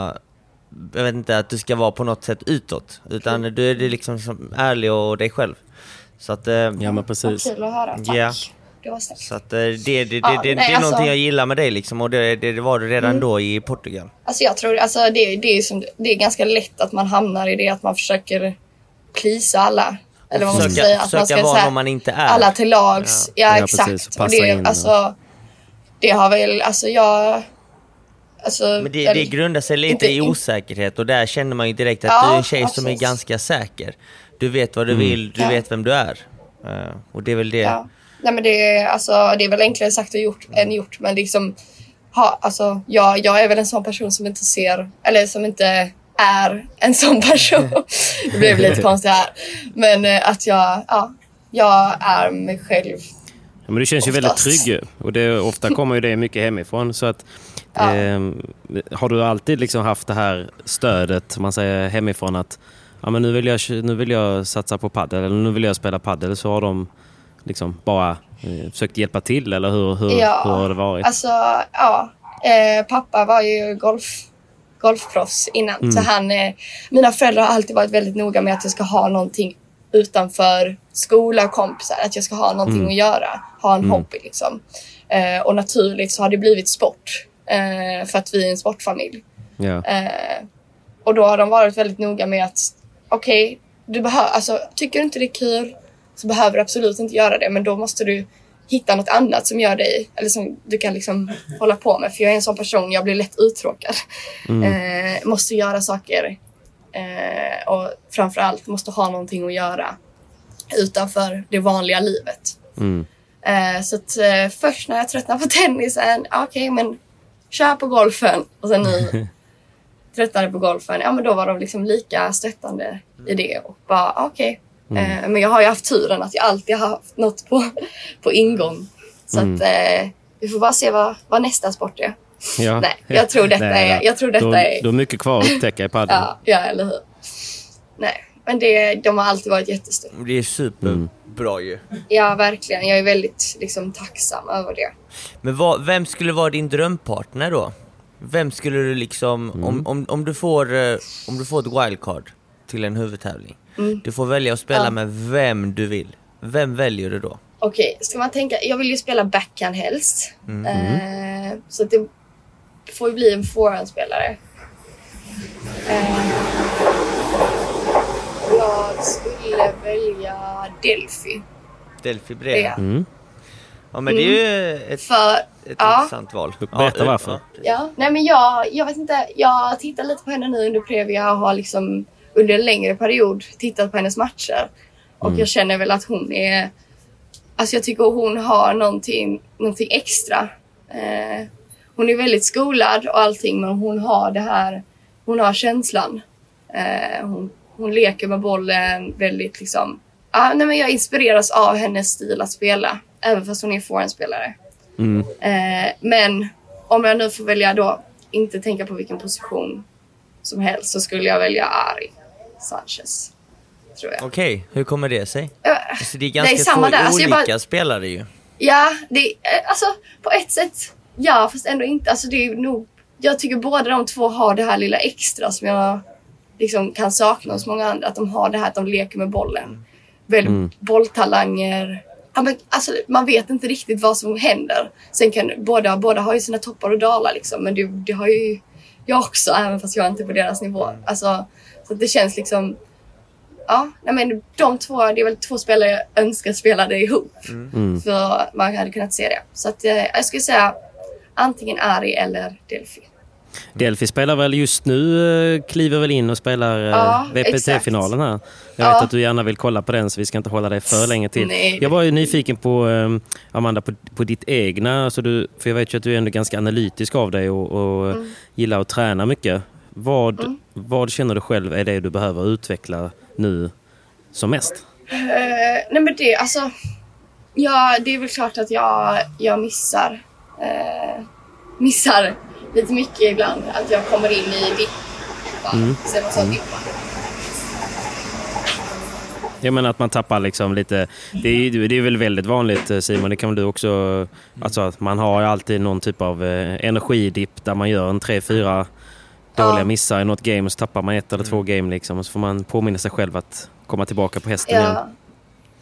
Jag vet inte, att du ska vara på något sätt utåt. Utan du är liksom, liksom ärlig och dig själv. Så att... Ja, men precis. Vad kul att höra, tack. Ja. det var starkt. Så att det, det, det, ja, det, det, nej, det är alltså, någonting jag gillar med dig liksom, och det, det, det var du redan mm. då i Portugal. Alltså jag tror, alltså det, det, är som, det är ganska lätt att man hamnar i det att man försöker plisa alla. Eller vad man ska söka, säga. Att man ska vara säga någon man inte är. Alla till lags. Ja, ja, ja exakt. Precis, och det, alltså, det har väl, alltså jag... Alltså, men det, det grundar sig lite inte, i osäkerhet, och där känner man ju direkt att ja, du är en tjej absolut. som är ganska säker. Du vet vad du mm. vill, du ja. vet vem du är. Uh, och det är väl det. Ja. Nej, men det, är, alltså, det är väl enklare sagt och gjort än gjort. Men liksom, ha, alltså, jag, jag är väl en sån person som inte ser, eller som inte är en sån person. Det blev lite konstigt här. Men uh, att jag, ja, jag är mig själv. Ja, men du känns oftast ju väldigt trygg, och det, ofta kommer ju det mycket hemifrån, så att ja. eh, har du alltid liksom haft det här stödet, man säger hemifrån, att ja, men nu vill jag nu vill jag satsa på paddel, eller nu vill jag spela paddel, så har de liksom bara eh, försökt hjälpa till, eller hur hur, ja. hur har det varit? Alltså ja, eh, pappa var ju golf golfproffs innan, mm. så han eh, mina föräldrar har alltid varit väldigt noga med att jag ska ha någonting utanför skola och kompisar, att jag ska ha någonting mm. att göra, ha en mm. hobby liksom. Eh, och naturligt så har det blivit sport, eh, för att vi är en sportfamilj. Ja. Eh, och då har de varit väldigt noga med att okej, okay, du behöver, alltså tycker du inte det är kul så behöver du absolut inte göra det, men då måste du hitta något annat som gör dig, eller som du kan liksom hålla på med, för jag är en sån person, jag blir lätt uttråkad. Mm. Eh, måste göra saker. Eh, och framförallt måste ha någonting att göra utanför det vanliga livet. Mm. Eh, så att eh, först när jag tröttnade på tennisen, okej, okay, men kör på golfen. Och sen nu tröttnade på golfen, ja men då var de liksom lika stöttande i det. Och bara okej. Okay. Mm. Eh, men jag har ju haft turen att jag alltid har haft något på, på ingång. Så mm. att eh, vi får bara se vad, vad nästa sport är. Ja. Nej, jag tror detta Nej, är... Jag tror detta då, är... då är mycket kvar att upptäcka i padel. ja, ja, eller hur. Nej, men det, de har alltid varit jättestora. Det är superbra mm. ju. Ja, verkligen. Jag är väldigt liksom, tacksam över det. Men vad, vem skulle vara din drömpartner då? Vem skulle du liksom... Mm. Om, om, om, du får, om du får ett wildcard till en huvudtävling. Mm. Du får välja att spela ja. med vem du vill. Vem väljer du då? Okej, okay, ska man tänka... Jag vill ju spela backhand helst. Mm. Eh, så att det får ju bli en forehandspelare. Eh, jag skulle välja Delphi. Delphi bredvid. Mm. Ja, men det är ju ett, För, ett ja. intressant val. Berätta ja, varför. Ja, ja, nej men jag, jag vet inte. Jag tittar lite på henne nu under Previa och har liksom under en längre period tittat på hennes matcher. Och mm. jag känner väl att hon är... Alltså jag tycker hon har någonting, någonting extra. Eh, hon är väldigt skolad och allting, men hon har det här, hon har känslan. Eh, hon, hon leker med bollen väldigt liksom... Ah, nej men jag inspireras av hennes stil att spela, även fast hon är forehandspelare. Mm. Eh, men om jag nu får välja då, inte tänka på vilken position som helst, så skulle jag välja Ari Sanchez. Okej, okay. Hur kommer det sig? Uh, alltså, det är ganska det är samma två där. olika alltså, bara, spelare ju. Ja, det är, alltså på ett sätt, ja, fast ändå inte. Alltså det är nog, jag tycker båda de två har det här lilla extra som jag liksom kan sakna hos många andra. Att de har det här att de leker med bollen. Väl mm. bolltalanger. Ja, men, alltså, man vet inte riktigt vad som händer. Sen kan båda, båda har ju sina toppar och dalar liksom. Men det, det har ju jag också, även fast jag inte är på deras nivå. Alltså, så det känns liksom... Ja, men de två, det är väl två spelare jag önskar spelade ihop. Mm. För man hade kunnat se det. Så att, eh, jag skulle säga antingen Ari eller Delphi. Delphi spelar väl just nu, kliver väl in och spelar ja, V P T-finalen här. Jag ja. vet att du gärna vill kolla på den, så vi ska inte hålla dig för länge till. Nej. Jag var ju nyfiken på, um, Amanda, på, på ditt egna. Alltså du, för jag vet ju att du är ändå ganska analytisk av dig och, och mm. gillar att träna mycket. Vad, mm. vad känner du själv är det du behöver utveckla nu som mest? Uh, nej men det, alltså... Ja, det är väl klart att jag, jag missar... Uh, missar... lite mycket ibland, att jag kommer in i dippa. Mm. Sen och så mm. dippa. Jag menar att man tappar liksom lite... Det är, det är väl väldigt vanligt, Simon, det kan väl du också... Mm. Alltså att man har alltid någon typ av eh, energidipp där man gör en tre, fyra dåliga ja. missar i något game, och så tappar man ett eller mm. två game liksom, och så får man påminna sig själv att komma tillbaka på hästen ja. igen.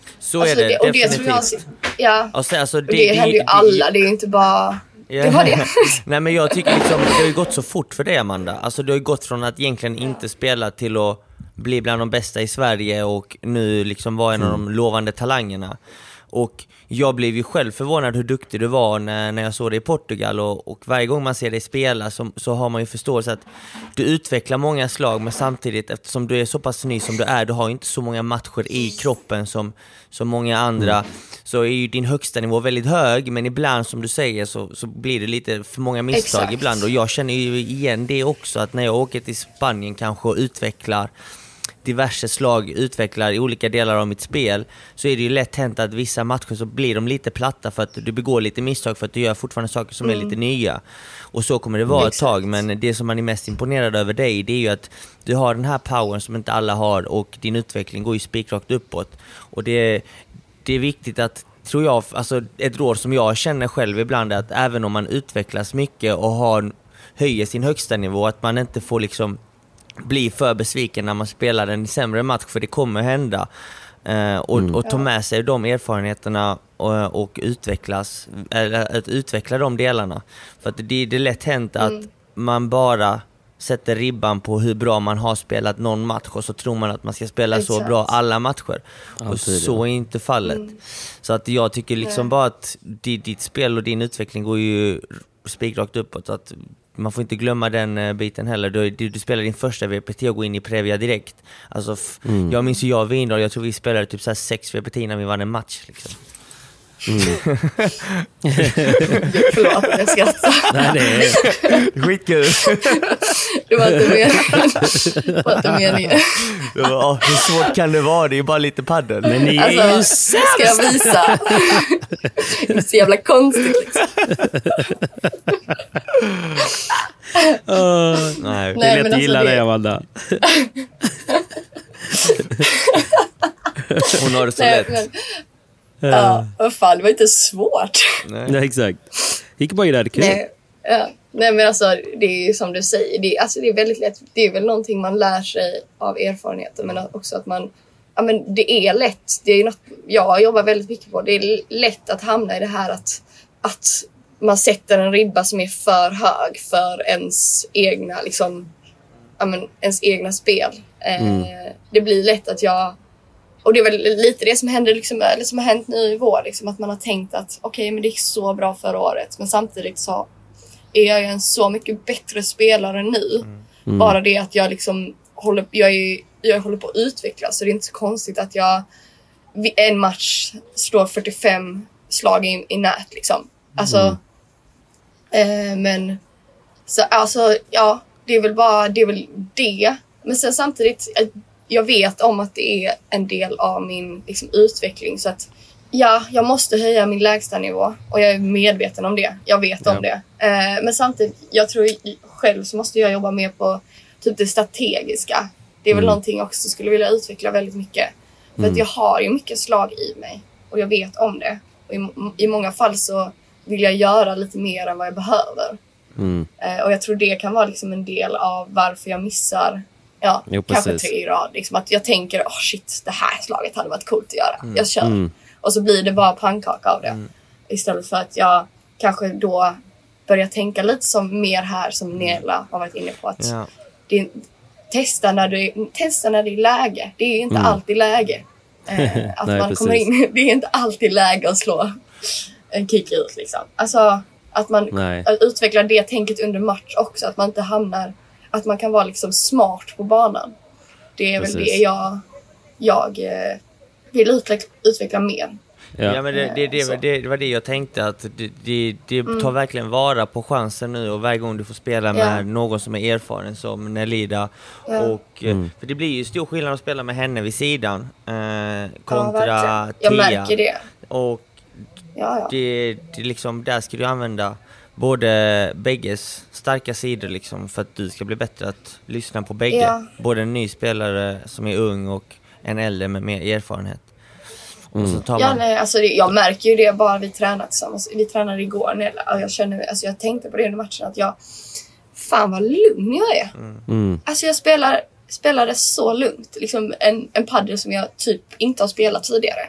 Så alltså, är det, det och definitivt. det tror jag, ja, alltså, alltså, det, och det, det händer ju alla, det är ju inte bara... Ja. Det var det. Nej, men jag tycker liksom, det har ju gått så fort för dig, Amanda. Alltså du har ju gått från att egentligen inte spela till att bli bland de bästa i Sverige och nu liksom vara en mm. av de lovande talangerna. Och jag blev ju själv förvånad hur duktig du var när, när jag såg dig i Portugal och, och varje gång man ser dig spela så, så har man ju förståelse att du utvecklar många slag, men samtidigt eftersom du är så pass ny som du är, du har ju inte så många matcher i kroppen som, som många andra, mm. så är ju din högsta nivå väldigt hög, men ibland som du säger så, så blir det lite för många misstag. Exakt. Ibland, och jag känner ju igen det också, att när jag åker till Spanien kanske och utvecklar diverse slag, utvecklar i olika delar av mitt spel, så är det ju lätt hänt att vissa matcher så blir de lite platta för att du begår lite misstag, för att du gör fortfarande saker som mm. är lite nya. Och så kommer det vara ett tag, men det som man är mest imponerad över dig, det är ju att du har den här powern som inte alla har, och din utveckling går ju spikrakt uppåt. Och det, det är viktigt att, tror jag, alltså ett råd som jag känner själv ibland är att även om man utvecklas mycket och har, höjer sin högsta nivå, att man inte får liksom bli för besviken när man spelar en sämre match, för det kommer hända. Uh, och, mm. och ta med sig de erfarenheterna och, och utvecklas, eller att utveckla de delarna. För att det, det är lätt hänt att mm. man bara sätter ribban på hur bra man har spelat någon match, och så tror man att man ska spela Exakt. så bra alla matcher. Ja, och så är inte fallet. Mm. Så att jag tycker liksom mm. bara att ditt, ditt spel och din utveckling går ju spikrakt uppåt. Så att man får inte glömma den uh, biten heller. Du, du, du spelar din första V P T och går in i Previa direkt. Alltså, f- mm. jag minns ju jag och Vindal, jag tror vi spelade typ så här sex V P T när vi vann en match liksom. Mm. Förlåt, jag skrattar. Nej, det är skitkul. Det var inte meningen. Det var inte meningen. Det var, åh, hur svårt kan det vara? Det är ju bara lite paddel. Men ni alltså, är ju sämst. Ska jag visa? Det är så jävla konstigt liksom. uh, nej, det är lätt att gilla alltså, det, Amanda. Hon har det så nej, lätt. Men, ja, vad fan, det var inte svårt. Nej, nej exakt. Gick bara i det här kul. Nej, ja. nej, men alltså det är ju som du säger, det är, alltså, det är väldigt lätt. Det är väl någonting man lär sig av erfarenheten, men också att man, ja men det är lätt. Det är något jag jobbar väldigt mycket på. Det är lätt att hamna i det här att, att man sätter en ribba som är för hög för ens egna, liksom, ja men ens egna spel. Mm. Eh, det blir lätt att jag, och det är väl lite det som händer liksom, eller som har hänt nu i vår, liksom, att man har tänkt att okej, okay, men det gick så bra förra året, men samtidigt så är jag ju en så mycket bättre spelare nu. Mm. Bara det att jag liksom håller, jag, är, jag håller på att utvecklas, så det är inte så konstigt att jag vid en match slår fyrtiofem slag i, i nät liksom. Alltså mm. eh, men så alltså ja, det är väl bara det är väl det, men sen samtidigt jag, jag vet om att det är en del av min liksom, utveckling, så att ja, jag måste höja min lägsta nivå, och jag är medveten om det. Jag vet ja. om det. Eh, men samtidigt, jag tror själv så måste jag jobba mer på typ det strategiska. Det är väl mm. någonting också som skulle vilja utveckla väldigt mycket. För mm. att jag har ju mycket slag i mig, och jag vet om det. Och i, i många fall så vill jag göra lite mer än vad jag behöver. Mm. Eh, och jag tror det kan vara liksom en del av varför jag missar ja, jo, kanske tre i rad. Liksom att jag tänker, åh oh, shit, det här slaget hade varit coolt att göra. Mm. Jag kör. Mm. Och så blir det bara pannkaka av det. Mm. Istället för att jag kanske då börjar tänka lite som mer här som Nela har varit inne på. Att ja. det, testa, när du, testa när det är läge. Det är inte mm. alltid läge. Eh, att Nej, man precis. kommer in. Det är inte alltid läge att slå en kick ut. Liksom. Alltså att man att utvecklar det tänket under match också. Att man inte hamnar. Att man kan vara liksom smart på banan. Det är precis. väl det jag, jag eh, vill utveckla, utveckla mer. Ja, ja men det, det, det, det, det var det jag tänkte, att det, det, det tar mm. verkligen vara på chansen nu, och varje gång du får spela med ja. någon som är erfaren som Nelida ja. och mm. för det blir ju stor skillnad att spela med henne vid sidan eh, kontra ja, Tia. Jag märker det. Och ja, ja. Det, det liksom, där ska du använda både bägges starka sidor liksom, för att du ska bli bättre att lyssna på bägge. Ja. Både en ny spelare som är ung och en äldre med mer erfarenhet. Mm. Så tar man... Ja, nej, alltså det, jag märker ju det bara vi tränat tillsammans. Vi tränade igår och jag känner, alltså jag tänkte på det under matchen att jag, fan vad lugn jag är. Mm. Alltså jag spelar, spelade så lugnt. Liksom en, en paddel som jag typ inte har spelat tidigare.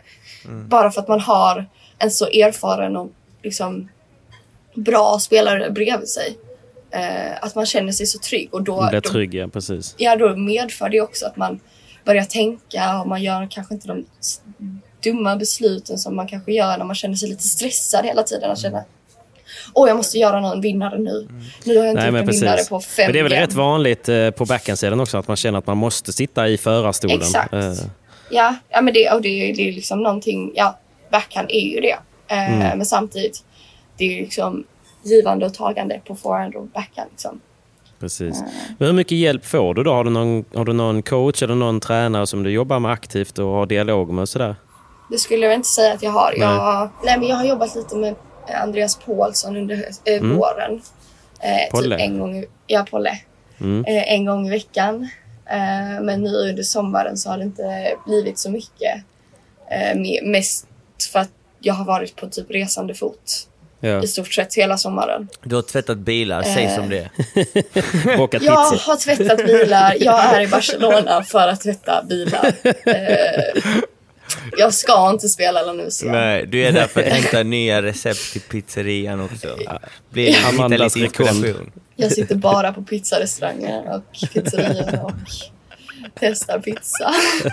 Mm. Bara för att man har en så erfaren och liksom bra spelare bredvid sig. Eh, att man känner sig så trygg. Och då, det är då, trygg, ja, precis. Ja, då medför det också att man börjar tänka och man gör kanske inte de dumma besluten som man kanske gör när man känner sig lite stressad hela tiden. Att känna, åh, jag måste göra någon vinnare nu. Nu har jag inte Nej, gjort en precis. vinnare på fem men det är väl game. rätt vanligt eh, på backhandsidan också att man känner att man måste sitta i förarstolen. Exakt. Eh. Ja, ja, men det, och det, det är liksom någonting, ja, backhand är ju det. Eh, Mm. Men samtidigt, det är ju liksom givande och tagande på forehand och backhand liksom. Precis. Men hur mycket hjälp får du då? Har du någon, har du någon coach eller någon tränare som du jobbar med aktivt och har dialog med och sådär? Det skulle jag inte säga att jag har. Nej. Jag, nej, men jag har jobbat lite med Andreas Paulsson under äh, Mm. våren. Eh, Polle. typ en gång, ja, Polle. Mm. Eh, en gång i veckan. Eh, men nu under sommaren så har det inte blivit så mycket. Eh, med, mest för att jag har varit på typ resande fot. Ja. I stort sett hela sommaren. Du har tvättat bilar, säg Eh. som det. Bakat Jag pizza. har tvättat bilar. Jag är i Barcelona för att tvätta bilar. Eh, jag ska inte spela Lanúsia. Nej, du är där för att hämta nya recept till pizzerian också. Blir det hitta Amandas lite inspiration. Jag sitter bara på pizzarestauranger och pizzerior och testar pizza.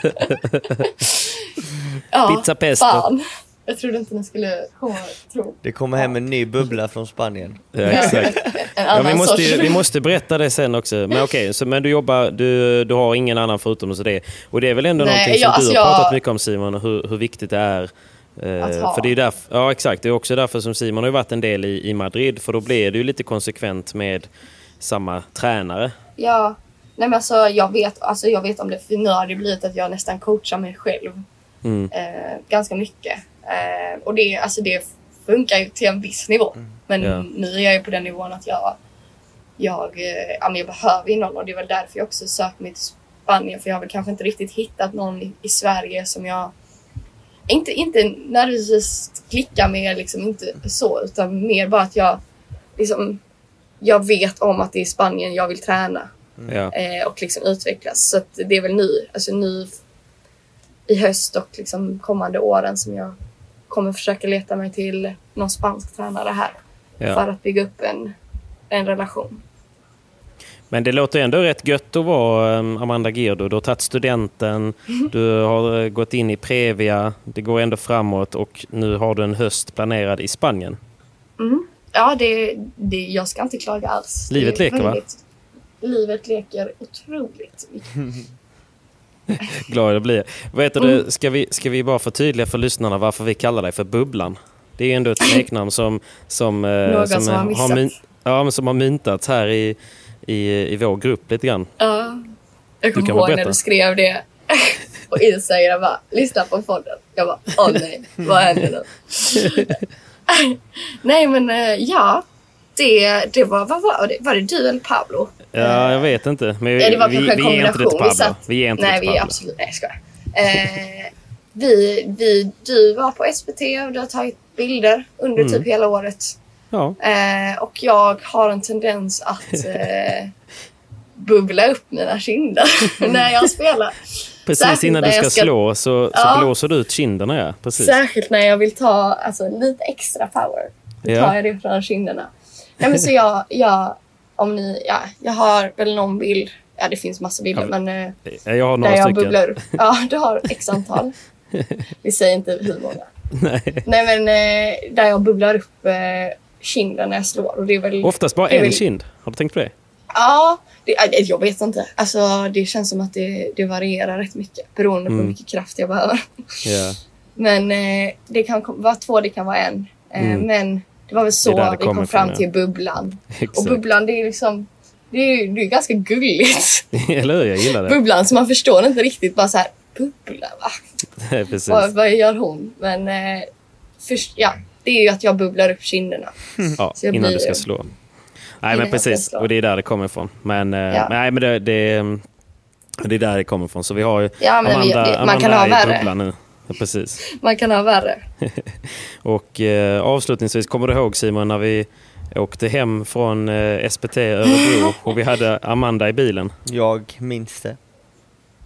Ja, Pizza pesto. fan. Jag trodde inte ni skulle komma och tro. Det kommer hem en ny bubbla från Spanien. Ja, exakt. En Ja, annan vi, måste ju, sorts. vi måste berätta det sen också. Men okej, så men du jobbar, du, du har ingen annan förutom så det. Och det är väl ändå Nej, någonting som jag- du alltså har jag- pratat mycket om, Simon, och hur, hur viktigt det är. Eh, Att ha. för det är därför, ja, exakt. Det är också därför som Simon har ju varit en del i, i Madrid. För då blir det ju lite konsekvent med samma tränare. Ja, nej men alltså jag vet, alltså jag vet om det, för nu har det blivit att jag nästan coachar mig själv. Mm. Eh, ganska mycket. Eh, och det, alltså det funkar ju till en viss nivå. Men Ja. nu är jag ju på den nivån att jag, jag, eh, ja, men jag behöver ju någon. Och det är väl därför jag också söker mig till Spanien. För jag har väl kanske inte riktigt hittat någon i, i Sverige som jag inte, inte nödvändigtvis klickar med, liksom inte så. Utan mer bara att jag liksom, jag vet om att det är i Spanien jag vill träna. Ja. Eh, och liksom utvecklas. Så att det är väl nu, alltså nu i höst och liksom kommande åren som jag kommer försöka leta mig till någon spansk tränare här. Ja. För att bygga upp en, en relation. Men det låter ändå rätt gött att vara um, Amanda Girdo. Du har tagit studenten, du har uh, gått in i Previa, det går ändå framåt och nu har du en höst planerad i Spanien. Mm. Ja, det, det, jag ska inte klaga alls. Livet Det är leker, va? Livet leker otroligt mycket. Glad jag blir. Vad heter det? Ska vi, ska vi bara förtydliga för lyssnarna varför vi kallar dig för Bubblan? Det är ändå ett smeknamn som, som, eh, Någon som, som har eh, missat. my- ja, men som har myntats här i, i, i vår grupp lite grann. Ja. Jag kommer kan väl ihåg när berätta. du skrev det på Instagram. Jag bara, lyssna på podden. Jag bara, åh nej, vad händer nu? Nej men eh, ja, det, det var, vad var det? Var det du eller Pablo? Ja, jag vet inte. Men vi, Ja, det var vi, kanske en vi ger inte det till kombination. Pablo. satt- Vi ger inte nej, det till vi är Pablo. absolut, nej jag skojar. Eh, vi, vi, du var på S P T och du har tagit bilder under Mm. typ hela året. Ja. Eh, och jag har en tendens att eh, bubbla upp mina kinder när jag spelar. Precis Särskilt innan när du ska, jag ska- slå så, så Ja. blåser du ut kinderna. Ja. Precis. Särskilt när jag vill ta alltså, lite extra power. Då Ja. tar jag det från kinderna. Nej, men så jag, jag, om ni, ja, jag har väl någon bild. Ja, det finns massa bilder. Ja, men eh, Jag har där några jag stycken. bubblar upp. Ja, du har x antal. Vi säger inte hur många. Nej. Nej, men eh, där jag bubblar upp eh, kinden när jag slår. Och det är väl, Oftast bara det är en väl, kind. Har du tänkt på det? Ja, det, äh, jag vet inte. Alltså, det känns som att det, det varierar rätt mycket. Beroende på Mm. hur mycket kraft jag behöver. Ja. Men eh, det kan kom- vara två, det kan vara en. Eh, Mm. Men det var väl så Det är där det vi kom kommer fram ifrån, till ja. bubblan. Exakt. Och bubblan, det är liksom, det är, det är ganska gulligt. Eller hur? Jag gillar det. Bubblan, så man förstår inte riktigt bara så här, bubbla va? Precis. Vad, vad gör hon? Men eh, först, ja, det är ju att jag bubblar upp kinderna. Ja, Så jag innan blir- du ska slå. Nej, Innan men jag ska precis. slå. Och det är där det kommer ifrån. Men, eh, Ja. nej, men det, det, det är där det kommer ifrån. Så vi har ju Ja, men vi- Amanda, det- man kan Amanda ha är i värre. bubblan nu. Ja, precis. Man kan ha värre. Och eh, avslutningsvis, kommer du ihåg Simon när vi åkte hem från eh, S P T Örebro och vi hade Amanda i bilen? Jag minns det.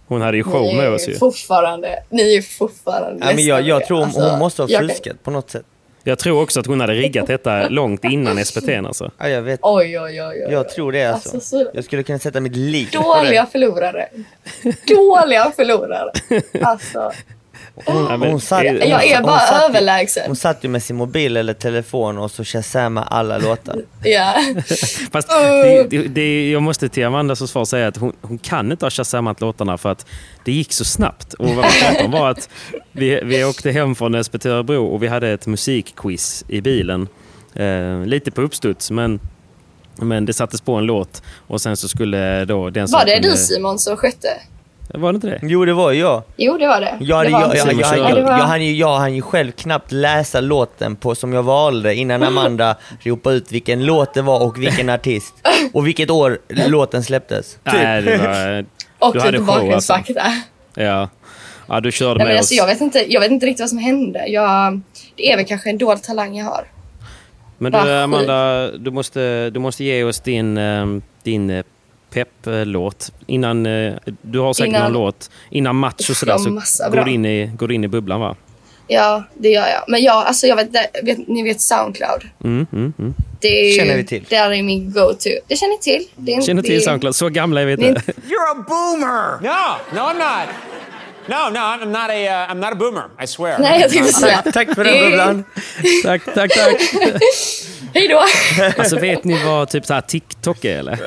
Hon hade ju show med oss ju. Fortfarande, ni är fortfarande ja, men jag, jag tror hon, alltså, hon måste ha fuskat kan... på något sätt. Jag tror också att hon hade riggat detta långt innan S P T alltså. Ja, jag vet. Oj, oj, oj, oj. Jag tror det alltså. alltså så... Jag skulle kunna sätta mitt liv Dåliga förlorare. Dåliga förlorare. Alltså... Hon, hon, hon satt, hon, jag är bara hon överlägsen. Hon satt ju med sin mobil eller telefon och så shazamade alla låtar. Ja. Fast det, det, det, jag måste till Amandas försvar säga att hon, hon kan inte ha shazamat låtarna för att det gick så snabbt. Och vad vi pratade om var att vi, vi åkte hem från S P T Örebro och vi hade ett musikquiz i bilen. Eh, lite på uppstuds, men, men det sattes på en låt. Och sen så skulle då den som Var det kunde... du Simon som skötte? Var det inte det? Jo, det var jag. Jo, det var det. Jag, det var jag, jag, jag, jag, ja, jag, var... jag, hann ju, jag hann ju själv knappt läsa låten på som jag valde innan Amanda ropade ut vilken låt det var och vilken artist. Och vilket år låten släpptes. Typ. Nej, det var... Och du typ hade bakgrundsfakta. Alltså. Ja. Ja, du körde Nej, med men oss. alltså, jag, vet inte, jag vet inte riktigt vad som hände. Jag, det är väl kanske en dold talang jag har. Men du, Amanda, du måste, du måste ge oss din, din pepp-låt innan, du har säkert innan, någon låt innan match och sådär, så går du, in i, går du in i bubblan, va? Ja, det gör jag. Men jag, alltså jag vet, vet ni vet Soundcloud. Mm, mm, mm. Det är, känner vi till. Det är min go-to. Det känner jag till. Det är, känner till det, Soundcloud. Så gamla är vi inte. You're a boomer! No, no I'm not. No, no, I'm not a, uh, I'm not a boomer, I swear. Nej, jag tänkte säga. Tack för den bubblan. Tack, tack, tack. Hej då. Alltså, vet ni vad typ så här TikTok är, eller?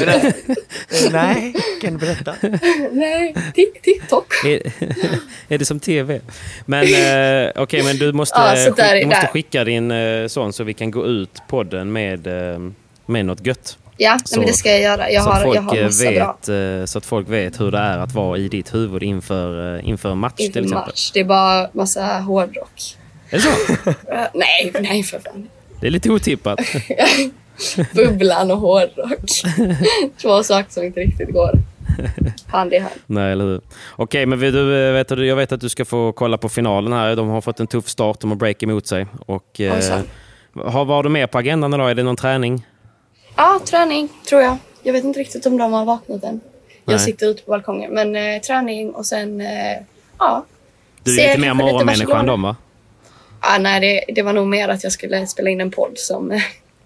Nej, kan du berätta? Nej, TikTok. Är, är det som tv? Men eh, okej, okay, men du måste, ja, så där, skick, du måste där. skicka din eh, sån så vi kan gå ut podden med, eh, med något gött. Ja, så, men det ska jag göra. Jag så, har, att folk jag har massa vet, bra. Så att folk vet hur det är att vara i ditt huvud inför, inför match inför till exempel. Match. Det är bara massa hårdrock. Är det så? uh, nej, nej för fan. Det är lite otippat. Bubblan och hårdrock. Två saker som inte riktigt går hand i hand. Nej, eller hur? Okej, men du, vet du, jag vet att du ska få kolla på finalen här. De har fått en tuff start, de har break emot sig. Och, eh, har, var du med på agendan idag? Är det någon träning? Ja, träning tror jag. Jag vet inte riktigt om de har vaknat än. Jag Nej. sitter ute på balkongen. Men eh, träning och sen, eh, ja. Du är lite mer morgonmänniska än dem, va? Ah, nej, det, det var nog mer att jag skulle spela in en podd som...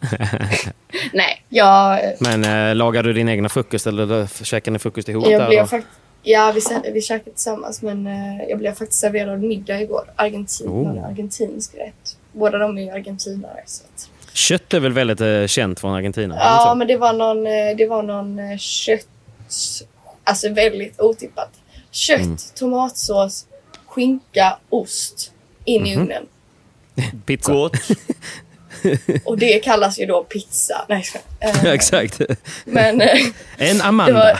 nej, jag... Men äh, lagar du din egna frukost eller käkar ni frukost ihop jag där? Blev fakt- ja, vi, vi käkade tillsammans, men äh, jag blev faktiskt serverad middag igår. Argentin, oh. Argentinsk rätt. Båda de är argentinare. Så att... Kött är väl väldigt äh, känt från Argentina? Ja, men det var någon, det var någon äh, kött... Alltså väldigt otippat. Kött, mm. tomatsås, skinka, ost in i mm-hmm. ugnen. Pizza. Och det kallas ju då pizza. Nej, äh, exakt. Men, äh, en Amanda. Var,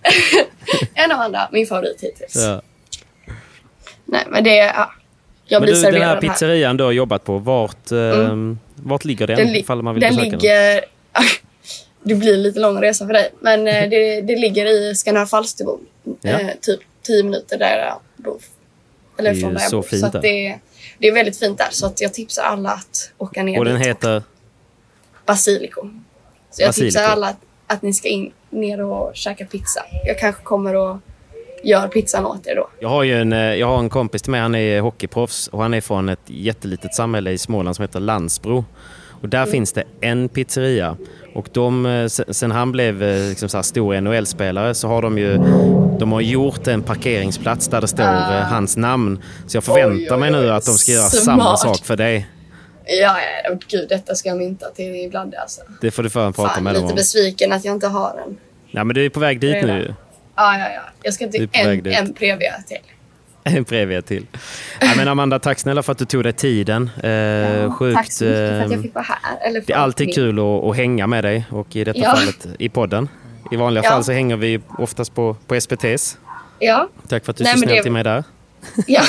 en Amanda, min favorit hittills. Ja. Nej, men det är... Ja, jag blir men du, serverad den här pizzerian här. Du har jobbat på, vart, mm. vart ligger den? Den, li- ifall man vill den besöka ligger... Den? Det blir lite lång resa för dig. Men äh, det, det ligger i Skanör Falsterbo. Ja. Äh, typ tio minuter där jag bor. Eller från där jag bor. Så att det, det är väldigt fint där. Så att jag tipsar alla att åka ner. Och den heter? Basilico. Så jag Basilico. tipsar alla att, att ni ska in ner och käka pizza. Jag kanske kommer och gör pizzan åt er då. Jag har ju en, jag har en kompis till mig. Han är hockeyproffs. Och han är från ett jättelitet samhälle i Småland som heter Landsbro. Och där mm. finns det en pizzeria. Och de, sen han blev liksom så här stor N H L-spelare så har de ju de har gjort en parkeringsplats där det står uh. hans namn. Så jag förväntar oj, oj, oj. mig nu att de ska göra Smart. samma sak för dig. Ja, ja, gud, detta ska jag mynta till ibland alltså. Det får du för prata Fan, med lite dem om. Besviken att jag inte har den. Ja, men du är på väg dit Redan. nu. Ja, ja, ja. Jag ska till en, en previa till. En previa till. Ja, men Amanda, tack snälla för att du tog dig tiden. Eh, ja, sjukt, tack så mycket för att jag fick vara här. Eller det är alltid min... kul att, att hänga med dig. Och i detta ja. fallet i podden. I vanliga ja. fall så hänger vi oftast på, på S P T:s. Ja. Tack för att du är så snäll det... till mig där. Ja.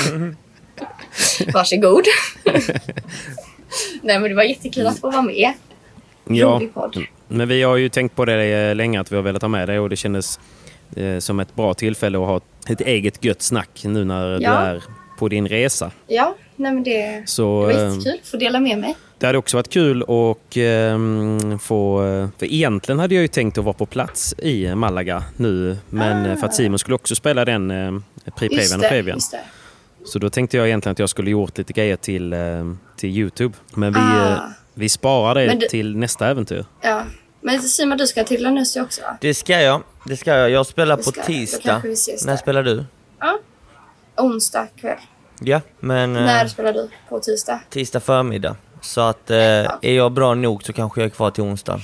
Varsågod. Nej, men det var jättekul att få vara med. Ja, men vi har ju tänkt på det länge att vi har velat ha med dig. Och det kändes eh, som ett bra tillfälle att ha ett eget gött snack nu när ja. du är på din resa. Ja, nej men det, Så, det var jättekul att få dela med mig. Det hade också varit kul att eh, få... För egentligen hade jag ju tänkt att vara på plats i Malaga nu. Men ah. för att Simon skulle också spela den eh, Pre-Previan och Previan. Så då tänkte jag egentligen att jag skulle gjort lite grejer till, eh, till YouTube. Men vi, ah. eh, vi sparar det du, till nästa äventyr. Ja, men Simon, du ska till Lanussi också, va? Det ska jag. Det ska jag. Jag spelar på tisdag. När spelar du? Ja, onsdag kväll. Ja, men... När spelar du på tisdag? Tisdag förmiddag. Så att eh, är jag bra nog så kanske jag är kvar till onsdag.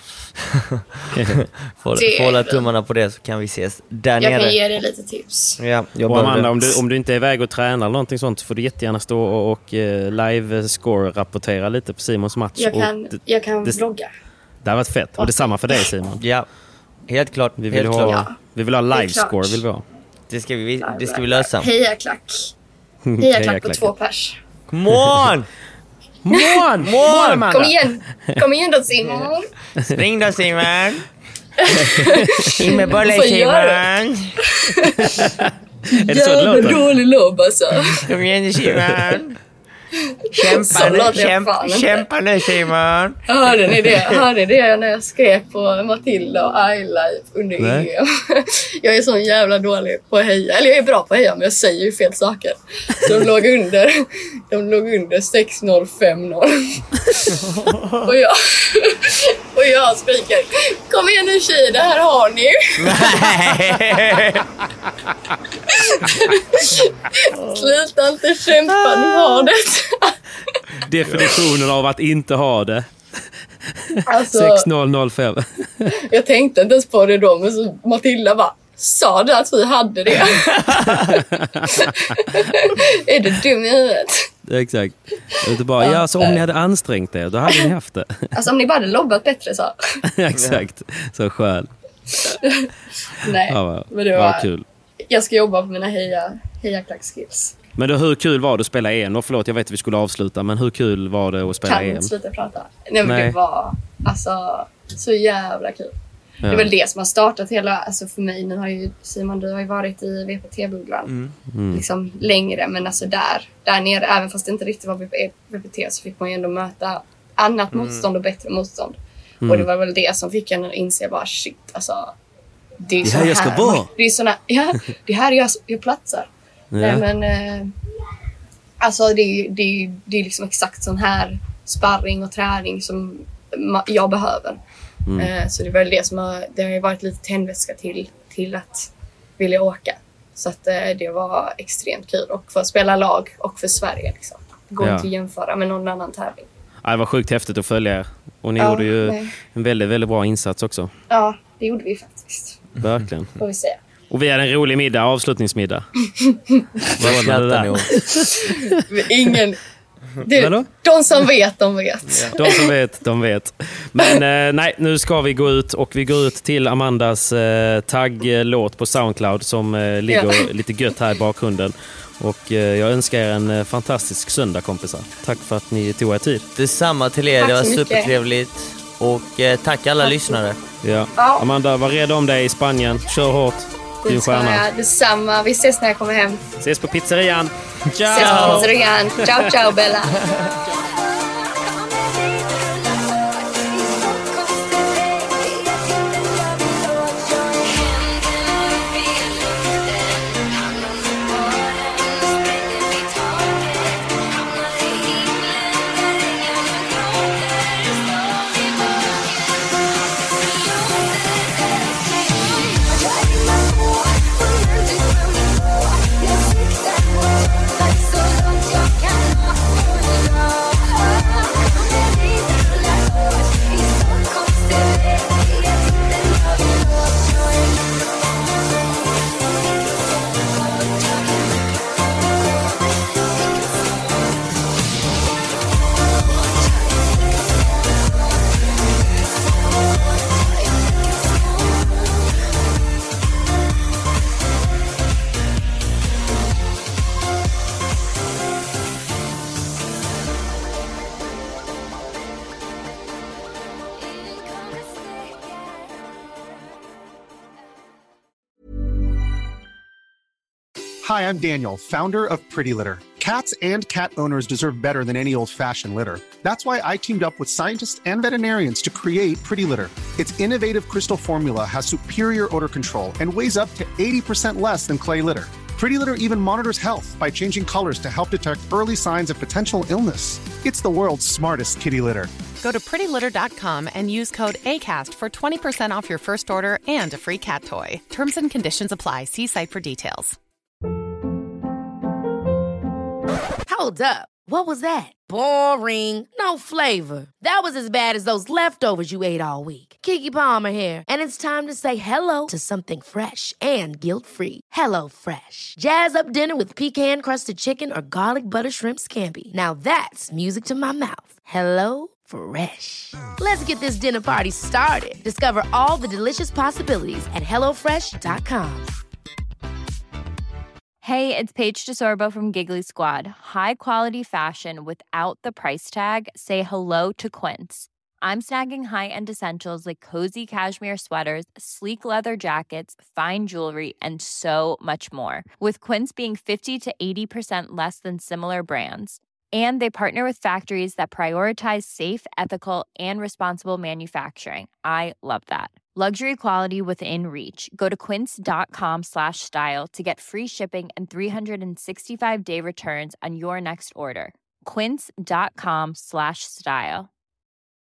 Får hålla tummarna på det så kan vi ses där jag nere. Jag kan ge dig lite tips. Ja, jag och Amanda, om du, om du inte är iväg och tränar eller någonting sånt så får du jättegärna stå och, och uh, live score rapportera lite på Simons match. Jag kan, och jag kan det, vlogga. Det har varit fett. Och det är samma för dig, Simon. Ja, helt klart. Vi vill, helt ha, klart. Ja. Vi vill ha live score, vill vi ha. Det ska vi, det ska vi lösa. Heja klack. Heja klack på två pers. Come on! Mån! Mån! Kom igen! Kom igen då, Simon! Spring då, Simon! In med bollen, Simon! Jävla dålig lobb, alltså. Kom igen, Simon! Kämpa nu, kämpa, kämpa nu, Simon! Hörde ni det? Hörde ni det när jag skrek på Matilda och Ayla under E M? Jag är så jävla dålig på att heja. Eller jag är bra på att heja, men jag säger ju fel saker. Så de låg under, de låg under sex noll fem noll. Och jag, och jag skriker, kom igen nu tjej, det här har ni. Sluta inte kämpa, ni har det. Definitionen av att inte ha det. Alltså, sex noll noll fem. Jag tänkte inte ens på det då, men så Matilda bara sa det att vi hade det. Är du dum i huvudet? Exakt. Det bara, ja, så om ni hade ansträngt er, då hade ni haft det. Alltså om ni bara hade lobbat bättre så. Exakt, så skön. Nej, ja, men det var, var kul. Jag ska jobba på mina heja, heja klack-skills. Men då, hur kul var det att spela E M? Och förlåt, jag vet att vi skulle avsluta, men hur kul var det att spela kan E M? Kan sluta prata. Nej, men Nej. Det var alltså så jävla kul. Ja. Det är väl det som har startat hela, alltså för mig, nu har ju Simon, du har ju varit i V P T-bubblan mm. Mm. liksom längre, men alltså där, där nere, även fast det inte riktigt var V P T så fick man ju ändå möta annat mm. motstånd och bättre motstånd. Mm. Och det var väl det som fick en att inse bara shit, alltså det är det så här här, jag ska vara. Det är såna, ja, det här jag, jag platsar. Ja. Nej, men eh, alltså det, det, det är liksom exakt sån här sparring och träning som jag behöver. Mm. Eh, så det är väl det som har, det har varit lite tändvätska till, till att vilja åka. Så att eh, det var extremt kul. Och för att spela lag och för Sverige liksom. Gå ja. inte att jämföra med någon annan tävling. Ja, det var sjukt häftigt att följa er. Och ni ja, gjorde ju nej. en väldigt, väldigt bra insats också. Ja, det gjorde vi faktiskt. Verkligen. Får vi säga. Och vi hade en rolig middag, avslutningsmiddag. Vad skrattar ni åt? Ingen... Det, de som vet, de vet. Ja. De som vet, de vet. Men eh, nej, nu ska vi gå ut. Och vi går ut till Amandas eh, tagglåt på Soundcloud som eh, ligger ja. lite gött här i bakgrunden. Och eh, jag önskar er en eh, fantastisk söndag, kompisar. Tack för att ni tog er tid. Detsamma till er, det var supertrevligt. Och eh, tack alla tack. lyssnare. Ja. Ja. Amanda, var rädd om dig i Spanien. Kör hårt. Du är stjärna. Detsamma. Vi ses när jag kommer hem. Ses på pizzerian. Ciao. Ses på pizzerian. Ciao, ciao, Bella. Like so long, you cannot hold it. Hi, I'm Daniel, founder of Pretty Litter. Cats and cat owners deserve better than any old-fashioned litter. That's why I teamed up with scientists and veterinarians to create Pretty Litter. Its innovative crystal formula has superior odor control and weighs up to eighty percent less than clay litter. Pretty Litter even monitors health by changing colors to help detect early signs of potential illness. It's the world's smartest kitty litter. Go to pretty litter dot com and use code ACAST for twenty percent off your first order and a free cat toy. Terms and conditions apply. See site for details. Hold up. What was that? Boring. No flavor. That was as bad as those leftovers you ate all week. Keke Palmer here, and it's time to say hello to something fresh and guilt-free. Hello Fresh. Jazz up dinner with pecan-crusted chicken or garlic butter shrimp scampi. Now that's music to my mouth. Hello Fresh. Let's get this dinner party started. Discover all the delicious possibilities at hello fresh dot com. Hey, it's Paige DeSorbo from Giggly Squad. High quality fashion without the price tag. Say hello to Quince. I'm snagging high-end essentials like cozy cashmere sweaters, sleek leather jackets, fine jewelry, and so much more. With Quince being fifty to eighty percent less than similar brands. And they partner with factories that prioritize safe, ethical, and responsible manufacturing. I love that. Luxury quality within reach. Go to quince.com slash style to get free shipping and three sixty-five day returns on your next order. Quince.com slash style.